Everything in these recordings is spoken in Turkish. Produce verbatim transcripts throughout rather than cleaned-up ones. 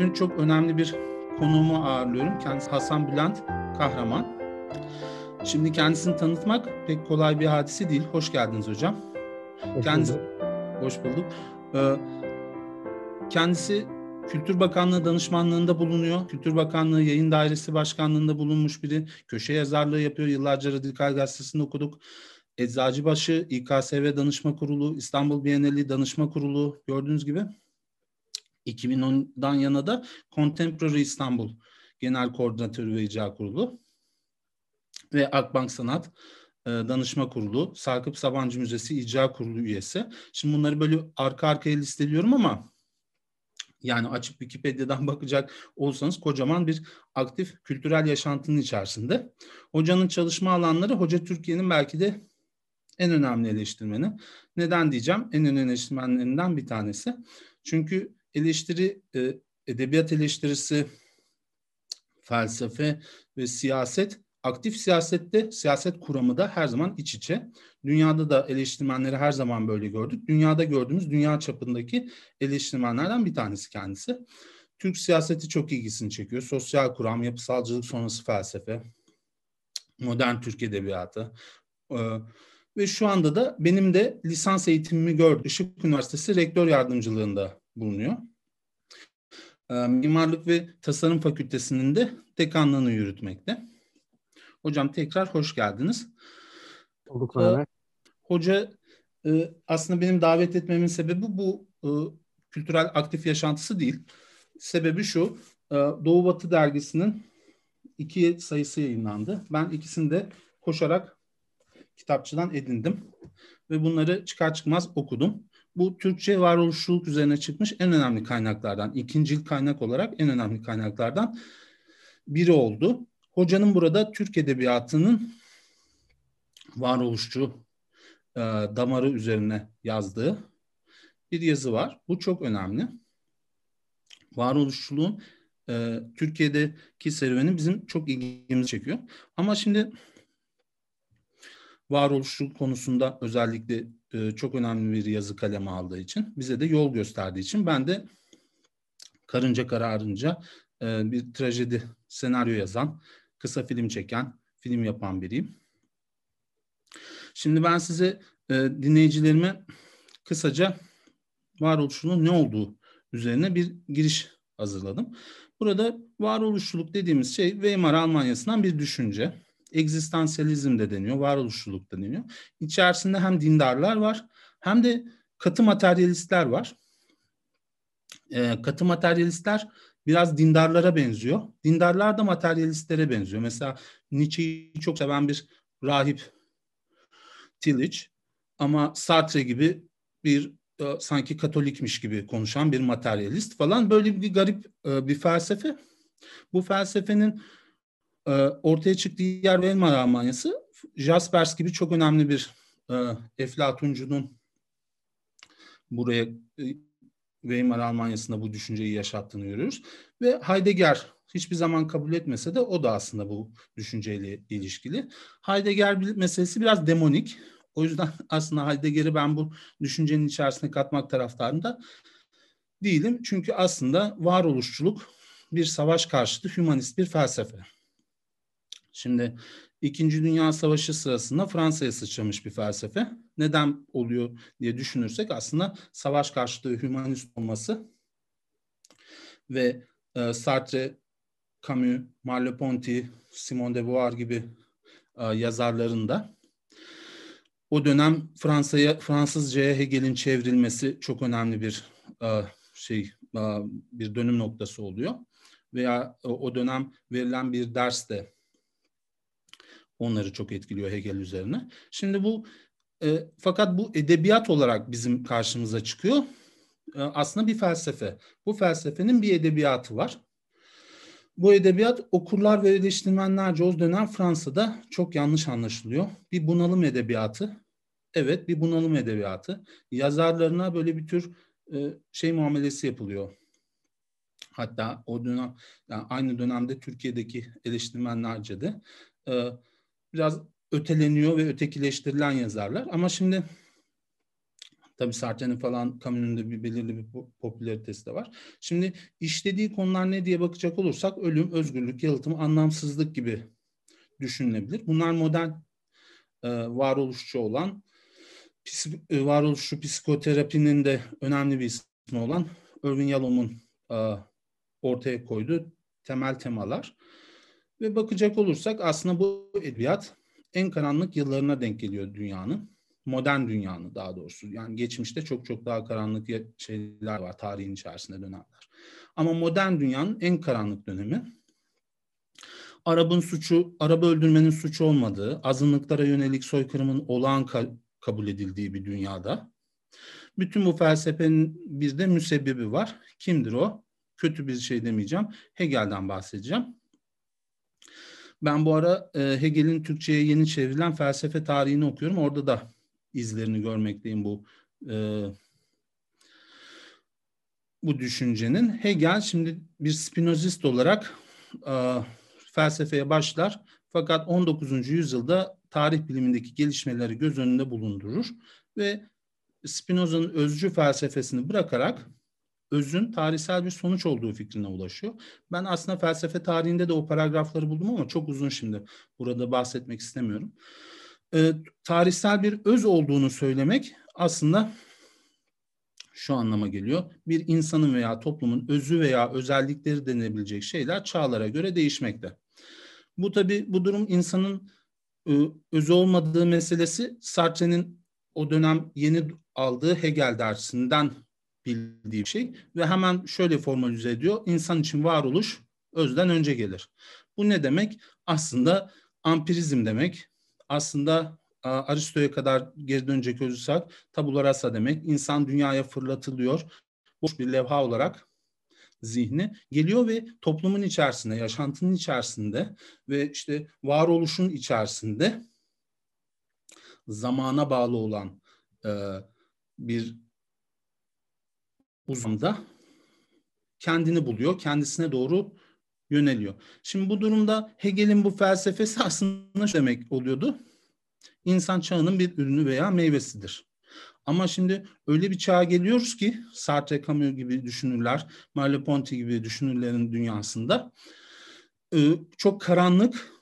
Bugün çok önemli bir konuğumu ağırlıyorum. Kendisi Hasan Bülent Kahraman. Şimdi kendisini tanıtmak pek kolay bir hadise değil. Hoş geldiniz hocam. Hoş Kendisi, bulduk. hoş bulduk. Ee, kendisi Kültür Bakanlığı danışmanlığında bulunuyor. Kültür Bakanlığı Yayın Dairesi Başkanlığında bulunmuş biri. Köşe yazarlığı yapıyor. Yıllarca Radikal Gazetesi'nde okuduk. Eczacıbaşı, İ K S V Danışma Kurulu, İstanbul Bienali Danışma Kurulu, gördüğünüz gibi. iki bin ondan yana da Contemporary İstanbul Genel Koordinatörü ve İcra Kurulu ve Akbank Sanat e, Danışma Kurulu, Sakıp Sabancı Müzesi İcra Kurulu üyesi. Şimdi bunları böyle arka arkaya listeliyorum ama yani açıp Wikipedia'dan bakacak olsanız kocaman bir aktif kültürel yaşantının içerisinde. Hocanın çalışma alanları, Hoca Türkiye'nin belki de en önemli eleştirmeni. Neden diyeceğim? En önemli eleştirmenlerinden bir tanesi. Çünkü eleştiri, edebiyat eleştirisi, felsefe ve siyaset, aktif siyasette, siyaset kuramı da her zaman iç içe. Dünyada da eleştirmenleri her zaman böyle gördük. Dünyada gördüğümüz dünya çapındaki eleştirmenlerden bir tanesi kendisi. Türk siyaseti çok ilgisini çekiyor. Sosyal kuram, yapısalcılık sonrası felsefe, modern Türk edebiyatı. Ve şu anda da benim de lisans eğitimimi gördü. Işık Üniversitesi Rektör Yardımcılığında bulunuyor. Mimarlık ve Tasarım Fakültesi'nin de dekanlığını yürütmekte. Hocam tekrar hoş geldiniz. Olduk Mehmet. Hoca aslında benim davet etmemin sebebi bu kültürel aktif yaşantısı değil. Sebebi şu, Doğu Batı dergisinin iki sayısı yayınlandı. Ben ikisini de koşarak kitapçıdan edindim ve bunları çıkar çıkmaz okudum. Bu Türkçe varoluşçuluk üzerine çıkmış en önemli kaynaklardan, ikincil kaynak olarak en önemli kaynaklardan biri oldu. Hocanın burada Türk edebiyatının varoluşçu e, damarı üzerine yazdığı bir yazı var. Bu çok önemli. Varoluşçuluğun e, Türkiye'deki serüveni bizim çok ilgimizi çekiyor. Ama şimdi varoluşçuluk konusunda özellikle e, çok önemli bir yazı kaleme aldığı için, bize de yol gösterdiği için ben de karınca kararınca e, bir trajedi senaryo yazan, kısa film çeken, film yapan biriyim. Şimdi ben size e, dinleyicilerime kısaca varoluşçuluğun ne olduğu üzerine bir giriş hazırladım. Burada varoluşçuluk dediğimiz şey Weimar Almanya'sından bir düşünce. Egzistansiyalizm de deniyor, varoluşçuluk da deniyor. İçerisinde hem dindarlar var hem de katı materyalistler var. E, katı materyalistler biraz dindarlara benziyor. Dindarlar da materyalistlere benziyor. Mesela Nietzsche'yi çok seven bir rahip Tillich ama Sartre gibi bir e, sanki Katolikmiş gibi konuşan bir materyalist falan, böyle bir garip e, bir felsefe. Bu felsefenin e, ortaya çıktığı yer Weimar Almanyası. Jaspers gibi çok önemli bir e, Eflatuncunun buraya e, Weimar Almanya'sında bu düşünceyi yaşattığını görüyoruz. Ve Heidegger hiçbir zaman kabul etmese de o da aslında bu düşünceyle ilişkili. Heidegger meselesi biraz demonik. O yüzden aslında Heidegger'i ben bu düşüncenin içerisine katmak taraftarında değilim. Çünkü aslında varoluşçuluk bir savaş karşıtı hümanist bir felsefe. Şimdi İkinci Dünya Savaşı sırasında Fransa'ya sıçramış bir felsefe. Neden oluyor diye düşünürsek aslında savaş karşıtı hümanist olması ve e, Sartre, Camus, Merleau-Ponty, Simone de Beauvoir gibi e, yazarların da o dönem Fransa'ya, Fransızcaya Hegel'in çevrilmesi çok önemli bir e, şey, e, bir dönüm noktası oluyor. Veya o, o dönem verilen bir ders de onları çok etkiliyor Hegel üzerine. Şimdi bu e, fakat bu edebiyat olarak bizim karşımıza çıkıyor. E, aslında bir felsefe. Bu felsefenin bir edebiyatı var. Bu edebiyat okurlar ve eleştirmenlerce o dönem Fransa'da çok yanlış anlaşılıyor. Bir bunalım edebiyatı. Evet, bir bunalım edebiyatı. Yazarlarına böyle bir tür e, şey muamelesi yapılıyor. Hatta o dönem, yani aynı dönemde Türkiye'deki eleştirmenlerce de e, biraz öteleniyor ve ötekileştirilen yazarlar. Ama şimdi Tabii Sartre'nin falan Camus'un da bir belirli bir popülaritesi de var. Şimdi işlediği konular ne diye bakacak olursak ölüm, özgürlük, yalıtım, anlamsızlık gibi düşünülebilir. Bunlar modern e, varoluşçu olan, psik, e, varoluşçu psikoterapinin de önemli bir ismi olan Irvin Yalom'un e, ortaya koyduğu temel temalar. Ve bakacak olursak aslında bu edebiyat en karanlık yıllarına denk geliyor dünyanın. Modern dünyanın daha doğrusu. Yani geçmişte çok çok daha karanlık şeyler var tarihin içerisinde, dönemler. Ama modern dünyanın en karanlık dönemi. Arap'ın suçu, Arap'ı öldürmenin suç olmadığı, azınlıklara yönelik soykırımın olağan ka- kabul edildiği bir dünyada. Bütün bu felsefenin bir de müsebbibi var. Kimdir o? Kötü bir şey demeyeceğim. Hegel'den bahsedeceğim. Ben bu ara e, Hegel'in Türkçe'ye yeni çevrilen felsefe tarihini okuyorum. Orada da izlerini görmekteyim bu e, bu düşüncenin. Hegel şimdi bir Spinozist olarak e, felsefeye başlar. Fakat on dokuzuncu yüzyılda tarih bilimindeki gelişmeleri göz önünde bulundurur ve Spinoza'nın özcü felsefesini bırakarak özün tarihsel bir sonuç olduğu fikrine ulaşıyor. Ben aslında felsefe tarihinde de o paragrafları buldum ama çok uzun, şimdi burada bahsetmek istemiyorum. Ee, tarihsel bir öz olduğunu söylemek aslında şu anlama geliyor. Bir insanın veya toplumun özü veya özellikleri denilebilecek şeyler çağlara göre değişmekte. Bu tabii bu durum insanın e, özü olmadığı meselesi Sartre'nin o dönem yeni aldığı Hegel dersinden bildiği bir şey ve hemen şöyle formalize ediyor. İnsan için varoluş özden önce gelir. Bu ne demek? Aslında ampirizm demek. Aslında Aristo'ya kadar geri dönecek olursak tabula rasa demek. İnsan dünyaya fırlatılıyor. Boş bir levha olarak zihni geliyor ve toplumun içerisinde, yaşantının içerisinde ve işte varoluşun içerisinde zamana bağlı olan e, bir uzamda kendini buluyor, kendisine doğru yöneliyor. Şimdi bu durumda Hegel'in bu felsefesi aslında şu demek oluyordu: İnsan çağının bir ürünü veya meyvesidir. Ama şimdi öyle bir çağa geliyoruz ki Sartre, Camus gibi düşünürler, Merleau-Ponty gibi düşünürlerin dünyasında çok karanlık,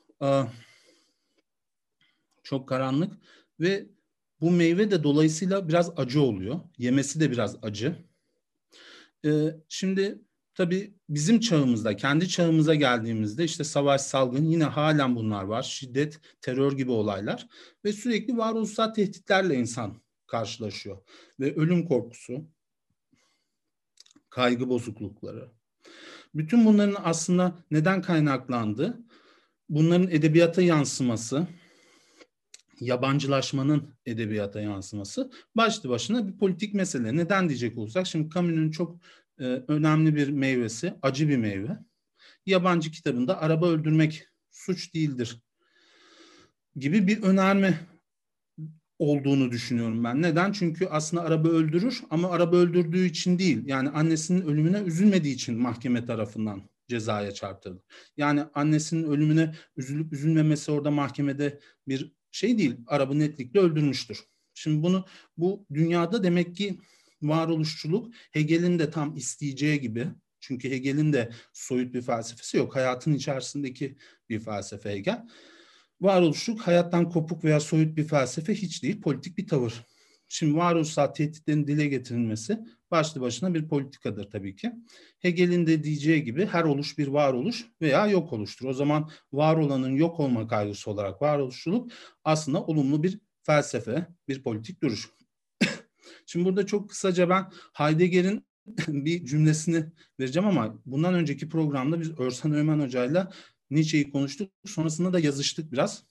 çok karanlık ve bu meyve de dolayısıyla biraz acı oluyor. Yemesi de biraz acı. Şimdi tabii bizim çağımızda, kendi çağımıza geldiğimizde işte savaş, salgın, yine halen bunlar var. Şiddet, terör gibi olaylar ve sürekli varoluşsal tehditlerle insan karşılaşıyor. Ve ölüm korkusu, kaygı bozuklukları. Bütün bunların aslında neden kaynaklandığı, bunların edebiyata yansıması, yabancılaşmanın edebiyata yansıması başlı başına bir politik mesele. Neden diyecek olursak, şimdi Camus'un çok e, önemli bir meyvesi, acı bir meyve. Yabancı kitabında araba öldürmek suç değildir gibi bir önerme olduğunu düşünüyorum ben. Neden? Çünkü aslında araba öldürür ama araba öldürdüğü için değil. Yani annesinin ölümüne üzülmediği için mahkeme tarafından cezaya çarptırılır. Yani annesinin ölümüne üzülüp üzülmemesi orada mahkemede bir şey değil. Araba netlikle öldürmüştür. Şimdi bunu, bu dünyada demek ki varoluşçuluk Hegel'in de tam isteyeceği gibi, çünkü Hegel'in de soyut bir felsefesi yok. Hayatın içerisindeki bir felsefe Hegel. Varoluşluk hayattan kopuk veya soyut bir felsefe hiç değil, politik bir tavır. Şimdi varoluşsal tehditlerin dile getirilmesi başlı başına bir politikadır tabii ki. Hegel'in de diyeceği gibi her oluş bir varoluş veya yok oluştur. O zaman var olanın yok olma kaygısı olarak varoluşçuluk aslında olumlu bir felsefe, bir politik duruş. Şimdi burada çok kısaca ben Heidegger'in bir cümlesini vereceğim ama bundan önceki programda biz Örsan Öğmen Hoca'yla Nietzsche'yi konuştuk. Sonrasında da yazıştık biraz.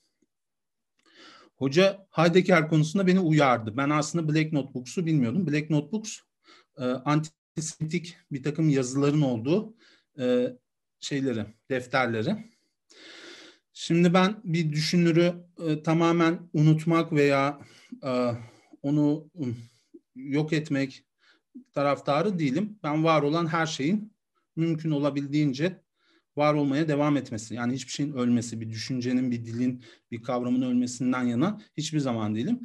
Hoca Heidegger konusunda beni uyardı. Ben aslında Black Notebooks'u bilmiyordum. Black Notebooks e, antisemitik bir takım yazıların olduğu e, şeyleri, defterleri. Şimdi ben bir düşünürü e, tamamen unutmak veya e, onu um, yok etmek taraftarı değilim. Ben var olan her şeyin mümkün olabildiğince var olmaya devam etmesi. Yani hiçbir şeyin ölmesi, bir düşüncenin, bir dilin, bir kavramın ölmesinden yana hiçbir zaman değilim.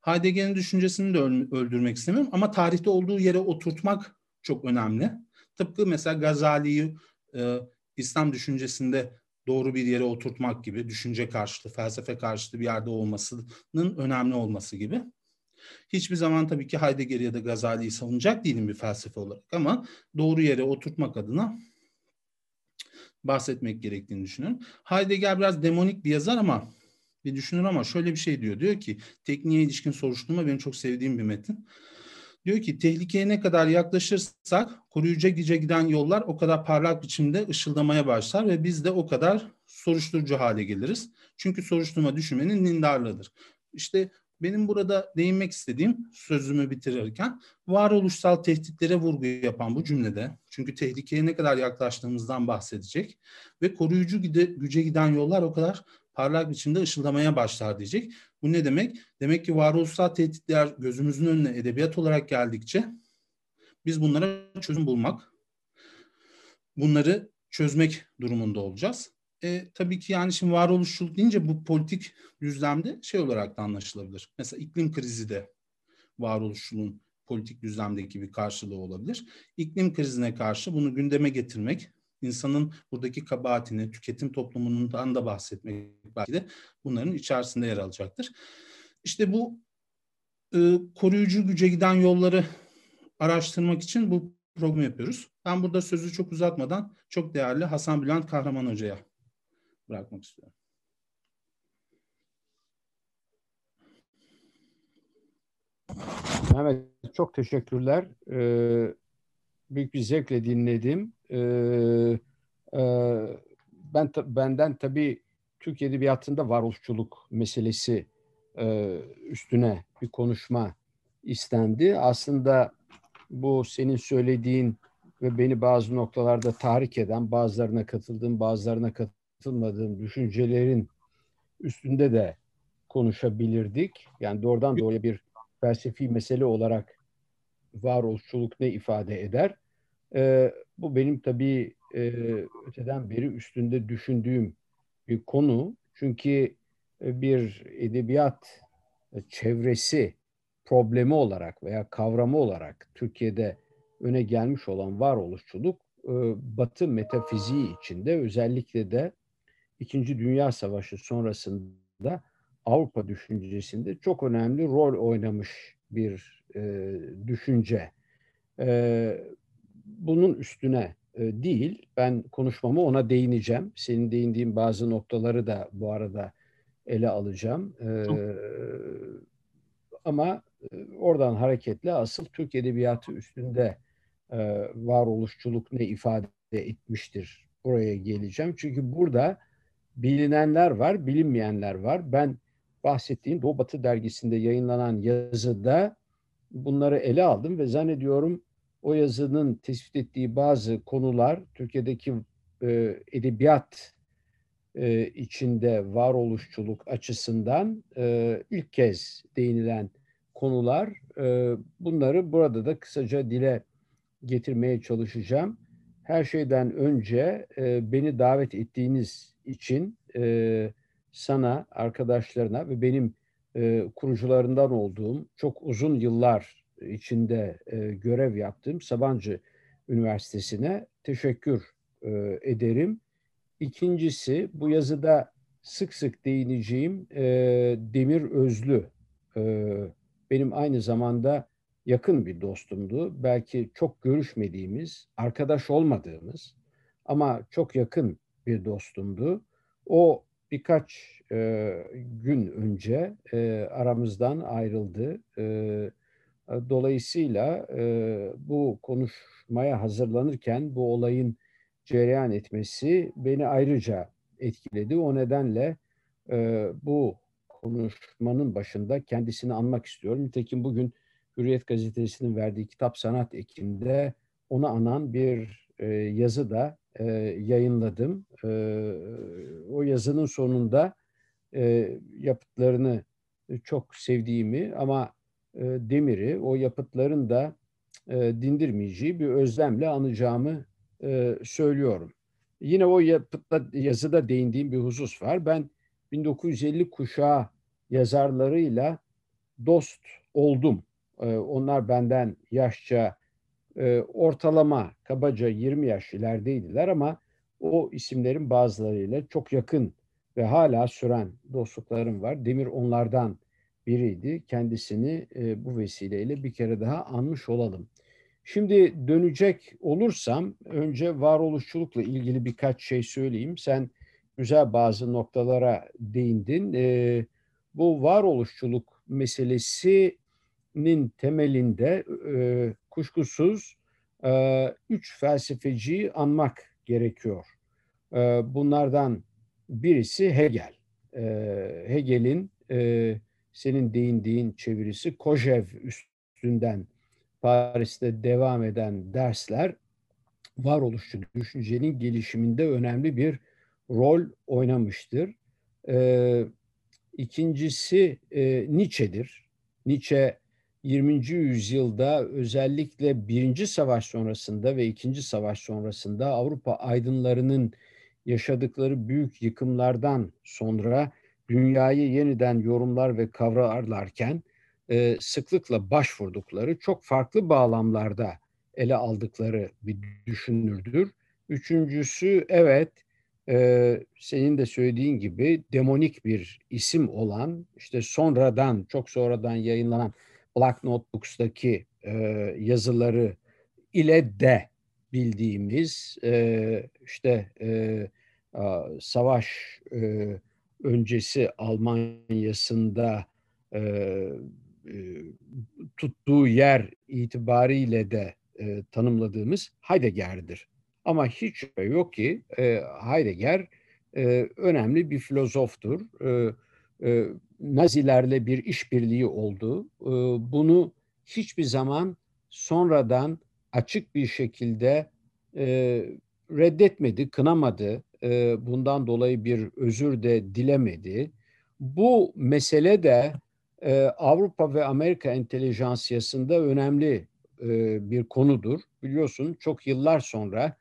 Heidegger'in düşüncesini de öldürmek istemiyorum ama tarihte olduğu yere oturtmak çok önemli. Tıpkı mesela Gazali'yi e, İslam düşüncesinde doğru bir yere oturtmak gibi, düşünce karşıtı, felsefe karşıtı bir yerde olmasının önemli olması gibi. Hiçbir zaman tabii ki Heidegger ya da Gazali'yi savunacak değilim bir felsefe olarak ama doğru yere oturtmak adına bahsetmek gerektiğini düşünüyorum. Heidegger biraz demonik bir yazar ama bir düşünür ama şöyle bir şey diyor. Diyor ki tekniğe ilişkin soruşturma benim çok sevdiğim bir metin. Diyor ki tehlikeye ne kadar yaklaşırsak koruyucu güce giden yollar o kadar parlak biçimde ışıldamaya başlar ve biz de o kadar soruşturucu hale geliriz. Çünkü soruşturma düşünmenin dindarlığıdır. İşte benim burada değinmek istediğim sözümü bitirirken varoluşsal tehditlere vurgu yapan bu cümlede, çünkü tehlikeye ne kadar yaklaştığımızdan bahsedecek ve koruyucu güce giden yollar o kadar parlak biçimde ışıldamaya başlar diyecek. Bu ne demek? Demek ki varoluşsal tehditler gözümüzün önüne edebiyat olarak geldikçe biz bunlara çözüm bulmak, bunları çözmek durumunda olacağız. E, tabii ki yani şimdi varoluşçuluk deyince bu politik düzlemde şey olarak da anlaşılabilir. Mesela iklim krizi de varoluşçuluğun politik düzlemdeki bir karşılığı olabilir. İklim krizine karşı bunu gündeme getirmek, insanın buradaki kabahatini, tüketim toplumundan da bahsetmek belki de bunların içerisinde yer alacaktır. İşte bu e, koruyucu güce giden yolları araştırmak için bu programı yapıyoruz. Ben burada sözü çok uzatmadan çok değerli Hasan Bülent Kahraman Hoca'ya bırakmak istiyorum. Evet, çok teşekkürler. Ee, büyük bir zevkle dinledim. Ee, e, ben benden tabii Türk Edebiyatı'nda varoluşçuluk meselesi e, üstüne bir konuşma istendi. Aslında bu senin söylediğin ve beni bazı noktalarda tahrik eden, bazılarına katıldığım, bazılarına katılmadığım düşüncelerin üstünde de konuşabilirdik. Yani doğrudan doğruya bir felsefi mesele olarak varoluşçuluk ne ifade eder? Ee, bu benim tabii e, öteden beri üstünde düşündüğüm bir konu. Çünkü e, bir edebiyat e, çevresi problemi olarak veya kavramı olarak Türkiye'de öne gelmiş olan varoluşçuluk e, Batı metafiziği içinde özellikle de İkinci Dünya Savaşı sonrasında Avrupa düşüncesinde çok önemli rol oynamış bir e, düşünce. E, bunun üstüne e, değil, ben konuşmamı ona değineceğim. Senin değindiğin bazı noktaları da bu arada ele alacağım. E, ama e, oradan hareketle asıl Türk Edebiyatı üstünde e, varoluşçuluk ne ifade etmiştir? Buraya geleceğim. Çünkü burada bilinenler var, bilinmeyenler var. Ben bahsettiğim Doğu Batı dergisinde yayınlanan yazıda bunları ele aldım ve zannediyorum o yazının tespit ettiği bazı konular Türkiye'deki e, edebiyat e, içinde varoluşçuluk açısından e, ilk kez değinilen konular. E, bunları burada da kısaca dile getirmeye çalışacağım. Her şeyden önce e, beni davet ettiğiniz için e, sana, arkadaşlarına ve benim e, kurucularından olduğum, çok uzun yıllar içinde e, görev yaptığım Sabancı Üniversitesi'ne teşekkür e, ederim. İkincisi, bu yazıda sık sık değineceğim e, Demir Özlü. E, benim aynı zamanda yakın bir dostumdu. Belki çok görüşmediğimiz, arkadaş olmadığımız ama çok yakın bir dostumdu. O birkaç e, gün önce e, aramızdan ayrıldı. E, dolayısıyla e, bu konuşmaya hazırlanırken bu olayın cereyan etmesi beni ayrıca etkiledi. O nedenle e, bu konuşmanın başında kendisini anmak istiyorum. Nitekim bugün Hürriyet Gazetesi'nin verdiği Kitap Sanat Eki'nde onu anan bir e, yazı da e, yayınladım. E, o yazının sonunda e, yapıtlarını çok sevdiğimi ama e, Demir'i o yapıtların da e, dindirmeyeceği bir özlemle anacağımı e, söylüyorum. Yine o yapıtta, yazıda değindiğim bir husus var. Ben bin dokuz yüz elli kuşağı yazarlarıyla dost oldum. E, onlar benden yaşça e, ortalama kabaca yirmi yaş ilerideydiler ama o isimlerin bazılarıyla çok yakın ve hala süren dostluklarım var. Demir onlardan biriydi. Kendisini e, bu vesileyle bir kere daha anmış olalım. Şimdi dönecek olursam önce varoluşçulukla ilgili birkaç şey söyleyeyim. Sen güzel bazı noktalara değindin. E, bu varoluşçuluk meselesinin temelinde e, kuşkusuz e, üç felsefeciyi anmak gerekiyor. E, bunlardan birisi Hegel. E, Hegel'in e, senin değindiğin çevirisi Kojève üstünden Paris'te devam eden dersler varoluşçu düşüncenin gelişiminde önemli bir rol oynamıştır. Ee, İkincisi e, Nietzsche'dir. Nietzsche yirminci yüzyılda özellikle Birinci Savaş sonrasında ve İkinci Savaş sonrasında Avrupa aydınlarının yaşadıkları büyük yıkımlardan sonra dünyayı yeniden yorumlar ve kavrarlarken e, sıklıkla başvurdukları çok farklı bağlamlarda ele aldıkları bir düşünürdür. Üçüncüsü evet ee, senin de söylediğin gibi demonik bir isim olan işte sonradan çok sonradan yayınlanan Black Notebooks'taki e, yazıları ile de bildiğimiz e, işte e, a, savaş e, öncesi Almanya'sında e, e, tuttuğu yer itibariyle de e, tanımladığımız Heidegger'dir. Ama hiç şüphe yok ki e, Heidegger e, önemli bir filozoftur. E, e, Nazilerle bir işbirliği oldu. E, bunu hiçbir zaman sonradan açık bir şekilde e, reddetmedi, kınamadı. E, bundan dolayı bir özür de dilemedi. Bu mesele de e, Avrupa ve Amerika entelijansiyasında önemli e, bir konudur. Biliyorsun çok yıllar sonra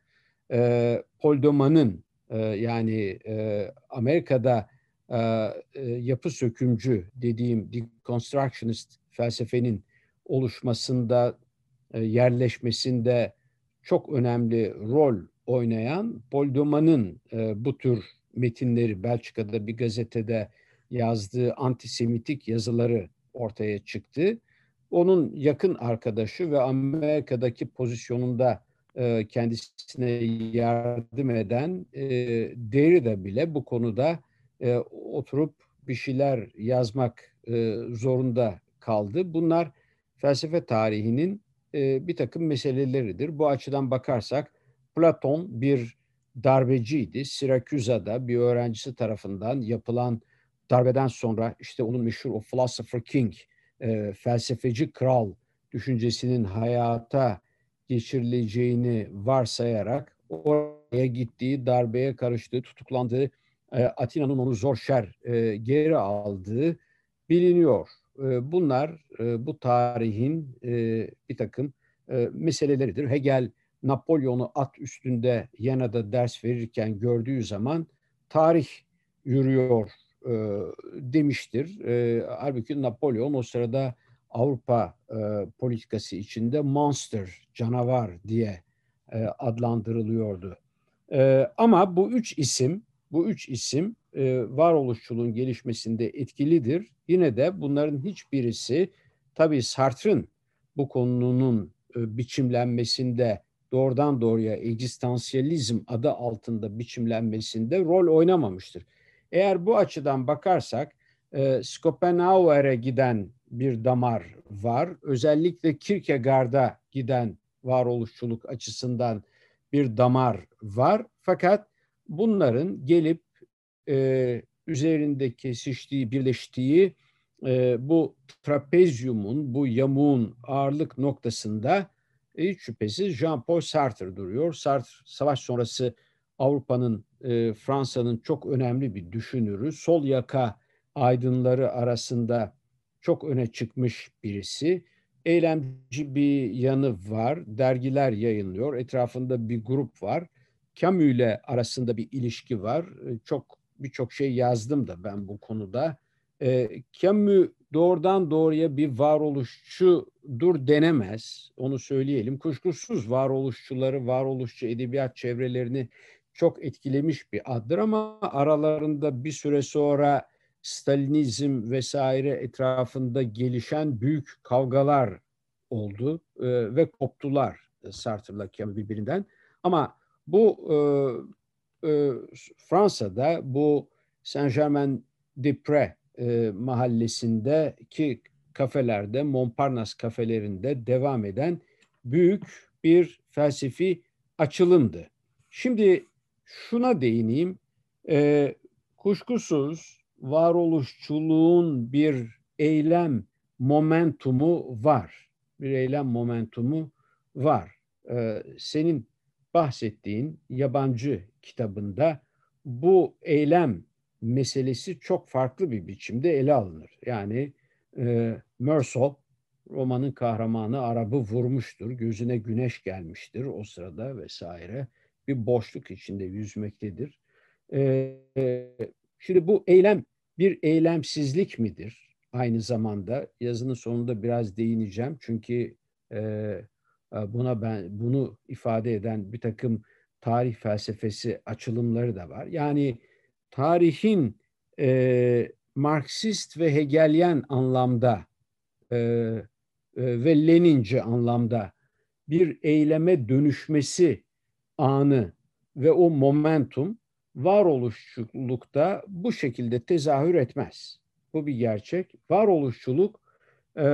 e, Paul de Man'ın e, yani e, Amerika'da e, e, yapı sökümcü dediğim deconstructionist felsefenin oluşmasında, e, yerleşmesinde çok önemli rol oynayan Paul de Man'ın e, bu tür metinleri Belçika'da bir gazetede yazdığı antisemitik yazıları ortaya çıktı. Onun yakın arkadaşı ve Amerika'daki pozisyonunda e, kendisine yardım eden e, Derrida bile bu konuda e, oturup bir şeyler yazmak e, zorunda kaldı. Bunlar felsefe tarihinin e, bir takım meseleleridir. Bu açıdan bakarsak Platon bir darbeciydi. Siraküza'da bir öğrencisi tarafından yapılan darbeden sonra işte onun meşhur o Philosopher King, e, felsefeci kral düşüncesinin hayata geçirileceğini varsayarak oraya gittiği, darbeye karıştığı, tutuklandığı, e, Atina'nın onu zor şer e, geri aldığı biliniyor. E, bunlar e, bu tarihin e, bir takım e, meseleleridir. Hegel Napolyon'u at üstünde Yena'da ders verirken gördüğü zaman tarih yürüyor e, demiştir. E, halbuki Napolyon o sırada Avrupa e, politikası içinde monster, canavar diye e, adlandırılıyordu. E, ama bu üç isim, bu üç isim e, varoluşçuluğun gelişmesinde etkilidir. Yine de bunların hiçbirisi tabii Sartre'ın bu konunun e, biçimlenmesinde doğrudan doğruya egzistansiyalizm adı altında biçimlenmesinde rol oynamamıştır. Eğer bu açıdan bakarsak e, Schopenhauer'e giden bir damar var. Özellikle Kierkegaard'a giden varoluşçuluk açısından bir damar var. Fakat bunların gelip e, üzerinde kesiştiği, birleştiği e, bu trapezyumun, bu yamuğun ağırlık noktasında e, hiç şüphesiz Jean-Paul Sartre duruyor. Sartre savaş sonrası Avrupa'nın, e, Fransa'nın çok önemli bir düşünürü. Sol yaka aydınları arasında çok öne çıkmış birisi. Eylemci bir yanı var. Dergiler yayınlıyor. Etrafında bir grup var. Camus ile arasında bir ilişki var. Çok birçok şey yazdım da ben bu konuda. E, Camus doğrudan doğruya bir varoluşçudur denemez. Onu söyleyelim. Kuşkusuz varoluşçuları, varoluşçu edebiyat çevrelerini çok etkilemiş bir addır ama aralarında bir süre sonra Stalinizm vesaire etrafında gelişen büyük kavgalar oldu e, ve koptular Sartre'la Camus birbirinden. Ama bu e, e, Fransa'da bu Saint-Germain-des-Prés e, mahallesindeki kafelerde, Montparnasse kafelerinde devam eden büyük bir felsefi açılımdı. Şimdi şuna değineyim. E, kuşkusuz varoluşçuluğun bir eylem momentumu var. Bir eylem momentumu var. E, senin bahsettiğin yabancı kitabında bu eylem meselesi çok farklı bir biçimde ele alınır. Yani e, Meursault, romanın kahramanı Arap'ı vurmuştur, gözüne güneş gelmiştir o sırada vesaire. Bir boşluk içinde yüzmektedir. E, e, şimdi bu eylem bir eylemsizlik midir? Aynı zamanda yazının sonunda biraz değineceğim çünkü e, buna ben bunu ifade eden bir takım tarih felsefesi açılımları da var. Yani tarihin e, Marksist ve Hegelyen anlamda e, e, ve Leninci anlamda bir eyleme dönüşmesi anı ve o momentum varoluşçulukta bu şekilde tezahür etmez. Bu bir gerçek. Varoluşçuluk e,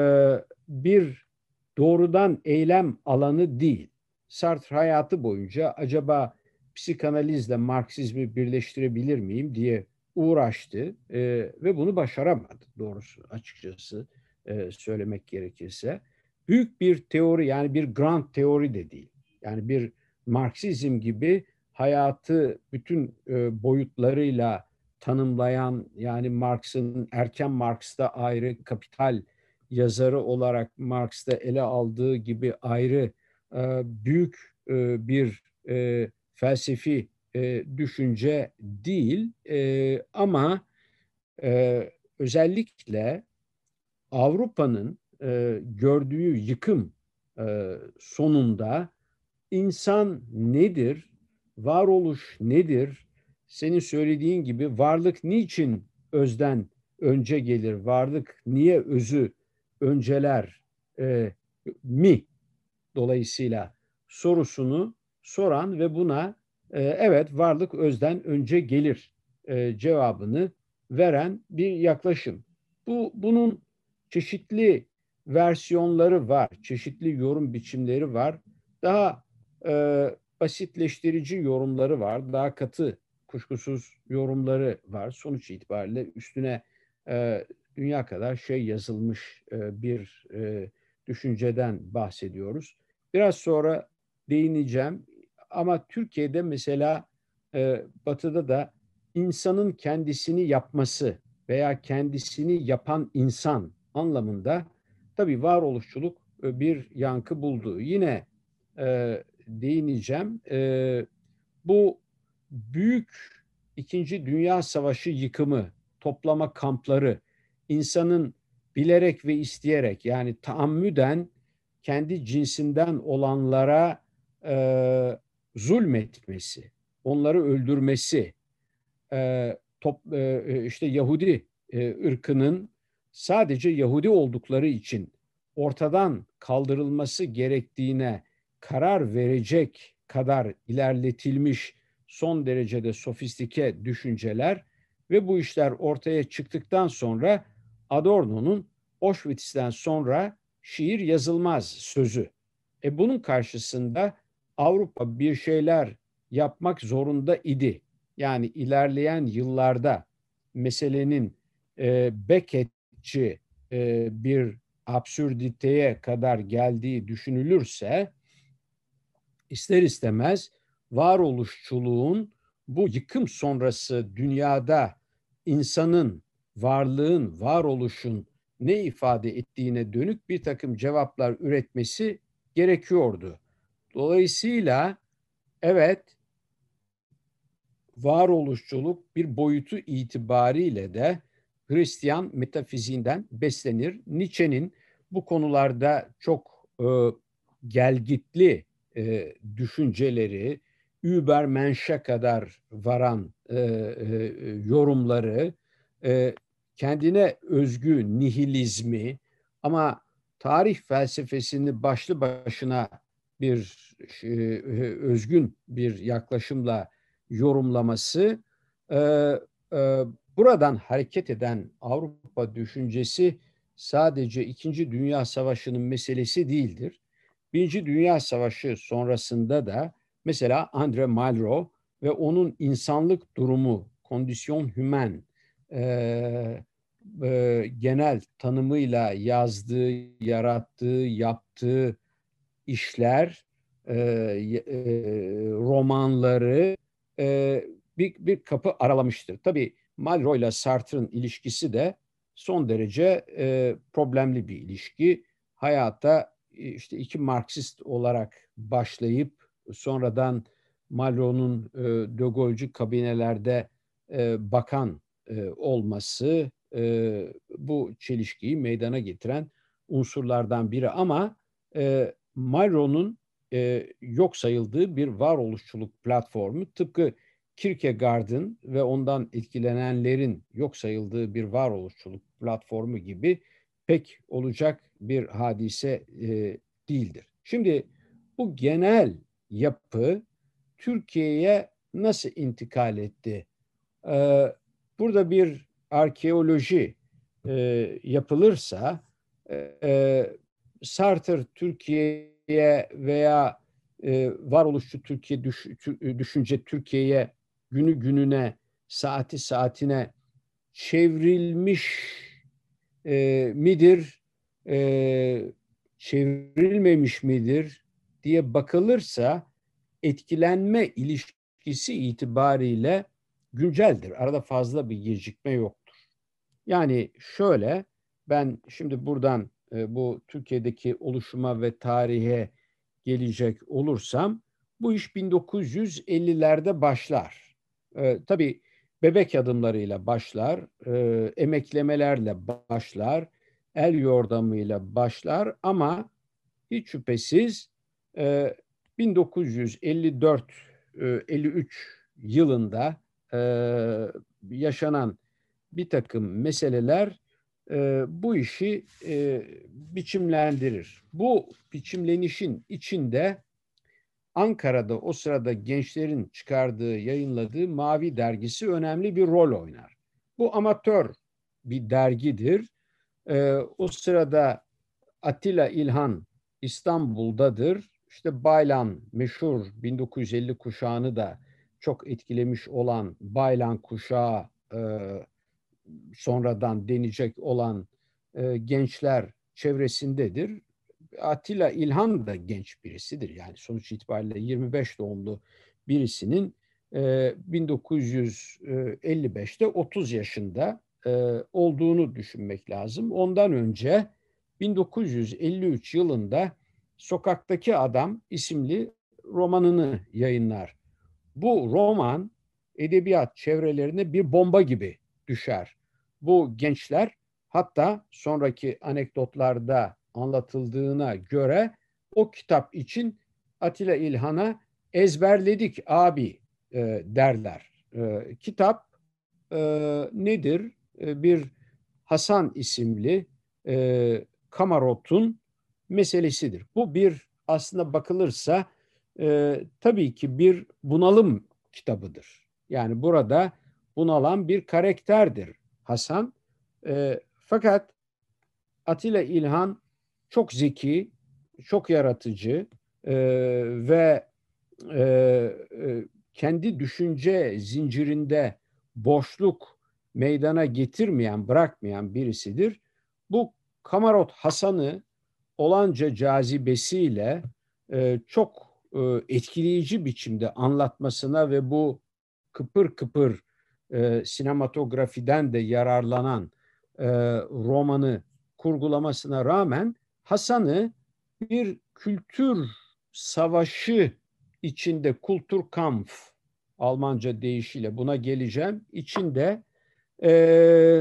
bir doğrudan eylem alanı değil. Sartre hayatı boyunca acaba psikanalizle Marksizmi birleştirebilir miyim diye uğraştı e, ve bunu başaramadı doğrusu açıkçası e, söylemek gerekirse. Büyük bir teori yani bir grand teori de değil. Yani bir Marksizm gibi hayatı bütün e, boyutlarıyla tanımlayan yani Marx'ın erken Marx'ta ayrı kapital yazarı olarak Marx'ta ele aldığı gibi ayrı e, büyük e, bir e, felsefi e, düşünce değil e, ama e, özellikle Avrupa'nın e, gördüğü yıkım e, sonunda insan nedir, varoluş nedir, senin söylediğin gibi varlık niçin özden önce gelir, varlık niye özü önceler e, mi dolayısıyla sorusunu soran ve buna e, evet varlık özden önce gelir e, cevabını veren bir yaklaşım. Bu bunun çeşitli versiyonları var, çeşitli yorum biçimleri var. Daha e, basitleştirici yorumları var, daha katı kuşkusuz yorumları var. Sonuç itibariyle üstüne e, dünya kadar şey yazılmış e, bir e, düşünceden bahsediyoruz. Biraz sonra değineceğim ama Türkiye'de mesela e, Batı'da da insanın kendisini yapması veya kendisini yapan insan anlamında tabii varoluşçuluk e, bir yankı buldu. Yine e, değineceğim. E, bu büyük İkinci Dünya Savaşı yıkımı, toplama kampları, insanın bilerek ve isteyerek yani taammüden kendi cinsinden olanlara e, zulmetmesi, onları öldürmesi, e, top, e, işte Yahudi e, ırkının sadece Yahudi oldukları için ortadan kaldırılması gerektiğine karar verecek kadar ilerletilmiş son derecede sofistike düşünceler ve bu işler ortaya çıktıktan sonra Adorno'nun Auschwitz'ten sonra şiir yazılmaz sözü. E bunun karşısında Avrupa bir şeyler yapmak zorunda idi. Yani ilerleyen yıllarda meselenin e, Beckett'ci e, bir absürditeye kadar geldiği düşünülürse ister istemez varoluşçuluğun bu yıkım sonrası dünyada insanın, varlığın, varoluşun ne ifade ettiğine dönük bir takım cevaplar üretmesi gerekiyordu. Dolayısıyla evet varoluşçuluk bir boyutu itibariyle de Hristiyan metafiziğinden beslenir. Nietzsche'nin bu konularda çok e, gelgitli e, düşünceleri, Übermensch'e kadar varan e, e, yorumları, e, kendine özgü nihilizmi ama tarih felsefesini başlı başına bir e, özgün bir yaklaşımla yorumlaması, e, e, buradan hareket eden Avrupa düşüncesi sadece İkinci Dünya Savaşı'nın meselesi değildir. Birinci Dünya Savaşı sonrasında da mesela André Malraux ve onun insanlık durumu, kondisyon hümen e, e, genel tanımıyla yazdığı, yarattığı, yaptığı işler, e, e, romanları e, bir, bir kapı aralamıştır. Tabii Malraux ile Sartre'ın ilişkisi de son derece e, problemli bir ilişki. Hayata işte iki Marksist olarak başlayıp sonradan Malraux'un e, De Gaulle'cü kabinelerde e, bakan e, olması e, bu çelişkiyi meydana getiren unsurlardan biri ama e, Malraux'un e, yok sayıldığı bir varoluşçuluk platformu tıpkı Kierkegaard'ın ve ondan etkilenenlerin yok sayıldığı bir varoluşçuluk platformu gibi pek olacak bir hadise e, değildir. Şimdi bu genel yapı Türkiye'ye nasıl intikal etti? Ee, burada bir arkeoloji e, yapılırsa e, Sartre Türkiye'ye veya e, varoluşçu Türkiye düş, düşünce Türkiye'ye günü gününe saati saatine çevrilmiş e, midir, e, çevrilmemiş midir diye bakılırsa etkilenme ilişkisi itibariyle günceldir. Arada fazla bir gecikme yoktur. Yani şöyle, ben şimdi buradan e, bu Türkiye'deki oluşuma ve tarihe gelecek olursam, bu iş bin dokuz yüz ellilerde başlar. E, tabii bebek adımlarıyla başlar, e, emeklemelerle başlar, el yordamıyla başlar ama hiç şüphesiz e, bin dokuz yüz elli dört elli üç yılında e, yaşanan bir takım meseleler e, bu işi e, biçimlendirir. Bu biçimlenişin içinde Ankara'da o sırada gençlerin çıkardığı, yayınladığı Mavi dergisi önemli bir rol oynar. Bu amatör bir dergidir. E, o sırada Atilla İlhan İstanbul'dadır. İşte Baylan meşhur bin dokuz yüz elli kuşağını da çok etkilemiş olan Baylan kuşağı, e, sonradan denecek olan e, gençler çevresindedir. Atilla İlhan da genç birisidir. Yani sonuç itibariyle yirmi beş doğumlu birisinin e, bin dokuz yüz elli beşte otuz yaşında e, olduğunu düşünmek lazım. Ondan önce bin dokuz yüz elli üç yılında Sokaktaki Adam isimli romanını yayınlar. Bu roman edebiyat çevrelerine bir bomba gibi düşer. Bu gençler, hatta sonraki anekdotlarda anlatıldığına göre, o kitap için Atilla İlhan'a ezberledik abi e, derler. E, kitap e, nedir? E, bir Hasan isimli e, kamarotun meselesidir. Bu bir, aslında bakılırsa e, tabii ki bir bunalım kitabıdır. Yani burada bunalan bir karakterdir Hasan. E, fakat Atilla İlhan çok zeki, çok yaratıcı e, ve e, e, kendi düşünce zincirinde boşluk meydana getirmeyen, bırakmayan birisidir. Bu Kamarot Hasan'ı olanca cazibesiyle e, çok e, etkileyici biçimde anlatmasına ve bu kıpır kıpır e, sinematografiden de yararlanan e, romanı kurgulamasına rağmen Hasan'ı bir kültür savaşı içinde, Kulturkampf Almanca deyişiyle buna geleceğim, içinde e,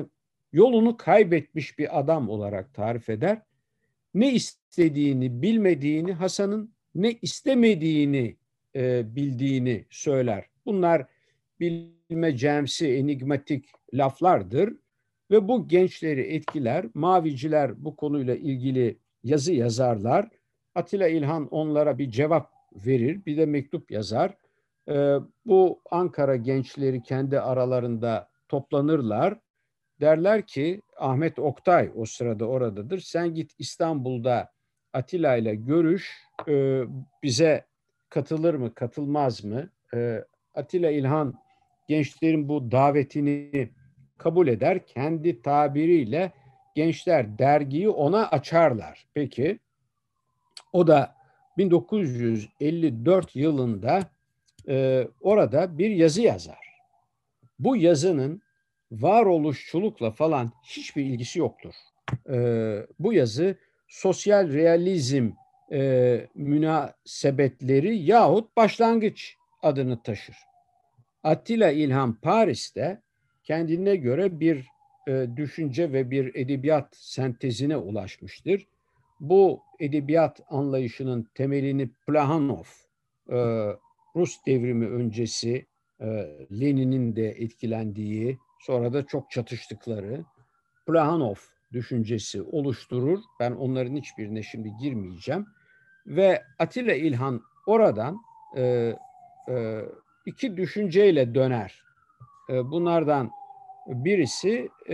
yolunu kaybetmiş bir adam olarak tarif eder. Ne istediğini bilmediğini, Hasan'ın ne istemediğini e, bildiğini söyler. Bunlar bilmecemsi, enigmatik laflardır ve bu gençleri etkiler. Maviciler bu konuyla ilgili yazı yazarlar. Atilla İlhan onlara bir cevap verir, bir de mektup yazar. E, bu Ankara gençleri kendi aralarında toplanırlar. Derler ki Ahmet Oktay o sırada oradadır. Sen git İstanbul'da Atilla ile görüş. E, bize katılır mı, katılmaz mı? E, Atilla İlhan gençlerin bu davetini kabul eder. Kendi tabiriyle gençler dergiyi ona açarlar. Peki o da bin dokuz yüz elli dört yılında e, orada bir yazı yazar. Bu yazının varoluşçulukla falan hiçbir ilgisi yoktur. Ee, bu yazı sosyal realizm e, münasebetleri yahut başlangıç adını taşır. Attila İlhan Paris'te kendine göre bir e, düşünce ve bir edebiyat sentezine ulaşmıştır. Bu edebiyat anlayışının temelini Plekhanov, e, Rus devrimi öncesi e, Lenin'in de etkilendiği, sonra da çok çatıştıkları Plekhanov düşüncesi oluşturur. Ben onların hiçbirine şimdi girmeyeceğim. Ve Atilla İlhan oradan e, e, iki düşünceyle döner. E, bunlardan birisi e,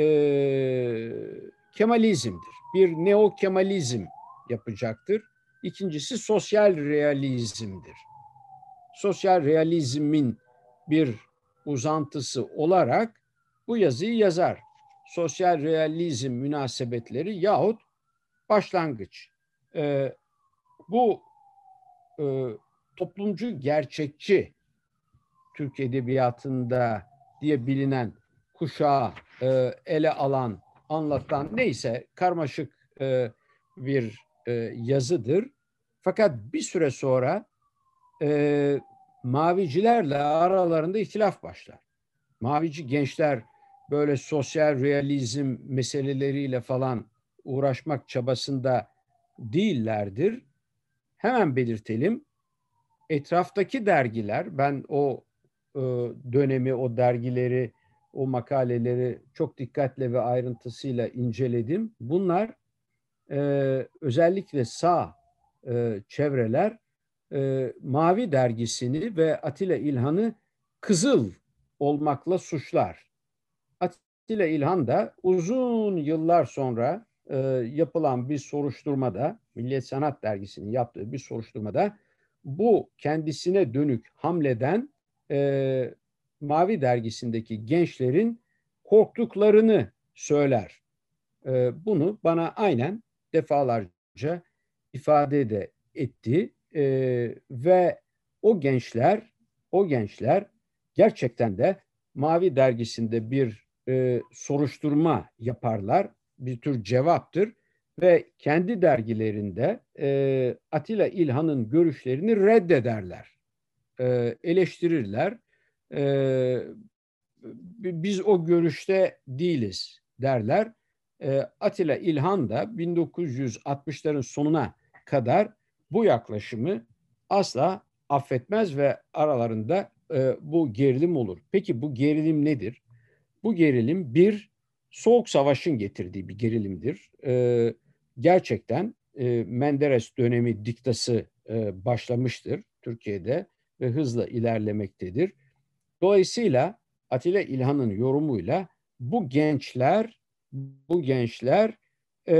Kemalizm'dir. Bir neo-Kemalizm yapacaktır. İkincisi sosyal realizmdir. Sosyal realizmin bir uzantısı olarak bu yazıyı yazar. Sosyal realizm münasebetleri yahut başlangıç. E, bu e, toplumcu gerçekçi Türk edebiyatında diye bilinen kuşağı e, ele alan, anlatan neyse karmaşık e, bir e, yazıdır. Fakat bir süre sonra e, mavicilerle aralarında ihtilaf başlar. Mavici gençler böyle sosyal realizm meseleleriyle falan uğraşmak çabasında değillerdir. Hemen belirtelim. Etraftaki dergiler, ben o e, dönemi, o dergileri, o makaleleri çok dikkatle ve ayrıntısıyla inceledim. Bunlar e, özellikle sağ e, çevreler e, Mavi dergisini ve Atilla İlhan'ı kızıl olmakla suçlar. Atilla İlhan da uzun yıllar sonra e, yapılan bir soruşturmada, Milliyet Sanat Dergisi'nin yaptığı bir soruşturmada bu kendisine dönük hamleden e, Mavi dergisindeki gençlerin korktuklarını söyler. E, bunu bana aynen defalarca ifade de etti e, ve o gençler, o gençler gerçekten de Mavi dergisinde bir e, soruşturma yaparlar, bir tür cevaptır ve kendi dergilerinde e, Atilla İlhan'ın görüşlerini reddederler, e, eleştirirler. E, biz o görüşte değiliz derler. E, Atilla İlhan da bin dokuz yüz altmışların sonuna kadar bu yaklaşımı asla affetmez ve aralarında e, bu gerilim olur. Peki bu gerilim nedir? Bu gerilim bir Soğuk Savaş'ın getirdiği bir gerilimdir. E, gerçekten e, Menderes dönemi diktası e, başlamıştır Türkiye'de ve hızla ilerlemektedir. Dolayısıyla Atilla İlhan'ın yorumuyla bu gençler bu gençler e,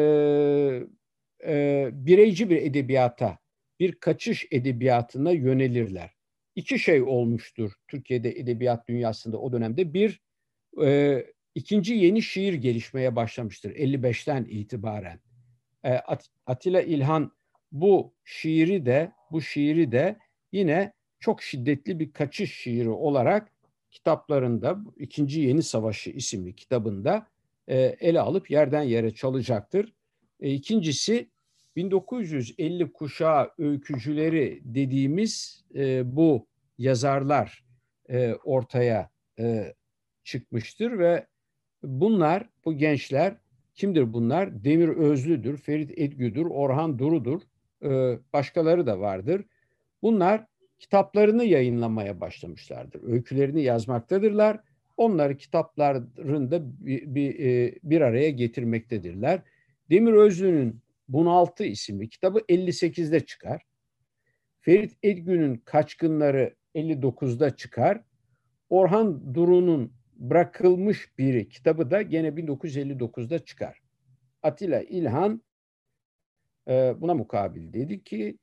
e, bireyci bir edebiyata, bir kaçış edebiyatına yönelirler. İki şey olmuştur Türkiye'de edebiyat dünyasında o dönemde. Bir, e, ikinci yeni şiir gelişmeye başlamıştır elli beşten itibaren. E, At- Atilla İlhan bu şiiri de bu şiiri de yine çok şiddetli bir kaçış şiiri olarak kitaplarında İkinci Yeni Savaşı isimli kitabında e, ele alıp yerden yere çalacaktır. E, ikincisi bin dokuz yüz elli kuşağı öykücüleri dediğimiz e, bu yazarlar e, ortaya e, çıkmıştır ve bunlar, bu gençler kimdir bunlar? Demir Özlü'dür, Ferit Edgü'dür, Orhan Duru'dur, e, başkaları da vardır. Bunlar kitaplarını yayınlamaya başlamışlardır. Öykülerini yazmaktadırlar. Onları kitaplarında bir, bir, bir araya getirmektedirler. Demir Özlü'nün Bunaltı isimli kitabı elli sekizde çıkar. Ferit Edgü'nün Kaçkınları elli dokuzda çıkar. Orhan Duru'nun Bırakılmış Biri kitabı da gene bin dokuz yüz elli dokuzda çıkar. Atilla İlhan buna mukabil dedi ki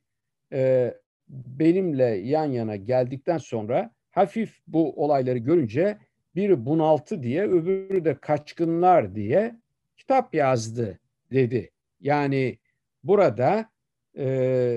benimle yan yana geldikten sonra hafif bu olayları görünce biri Bunaltı diye öbürü de Kaçkınlar diye kitap yazdı dedi. Yani burada e,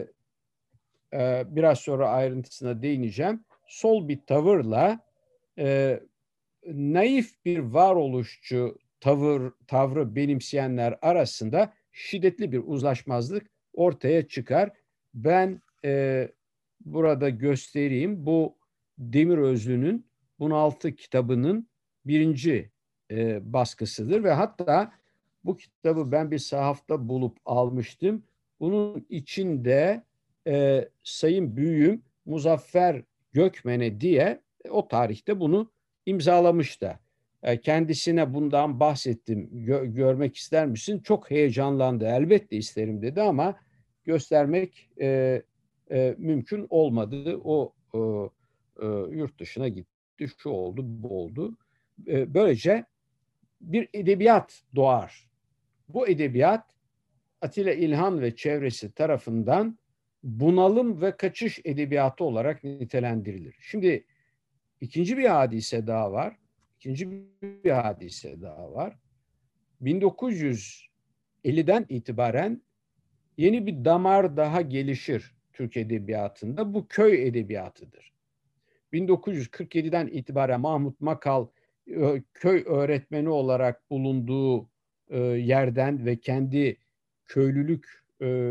e, biraz sonra ayrıntısına değineceğim. Sol bir tavırla e, naif bir varoluşçu tavır tavrı benimseyenler arasında şiddetli bir uzlaşmazlık ortaya çıkar. Ben e, burada göstereyim. Bu Demir Özlü'nün Bunaltı kitabının birinci e, baskısıdır ve hatta bu kitabı ben bir sahafta bulup almıştım. Bunun içinde e, Sayın Büyüğüm Muzaffer Gökmen'e diye e, o tarihte bunu imzalamış da. E, kendisine bundan bahsettim. Gö- görmek ister misin? Çok heyecanlandı. Elbette isterim dedi ama göstermek e, e, mümkün olmadı. O e, e, yurt dışına gitti. Şu oldu, bu oldu. E, böylece bir edebiyat doğar. Bu edebiyat Atilla İlhan ve çevresi tarafından bunalım ve kaçış edebiyatı olarak nitelendirilir. Şimdi ikinci bir hadise daha var. İkinci bir hadise daha var. bin dokuz yüz elliden itibaren yeni bir damar daha gelişir Türk edebiyatında. Bu köy edebiyatıdır. bin dokuz yüz kırk yediden itibaren Mahmut Makal köy öğretmeni olarak bulunduğu yerden ve kendi köylülük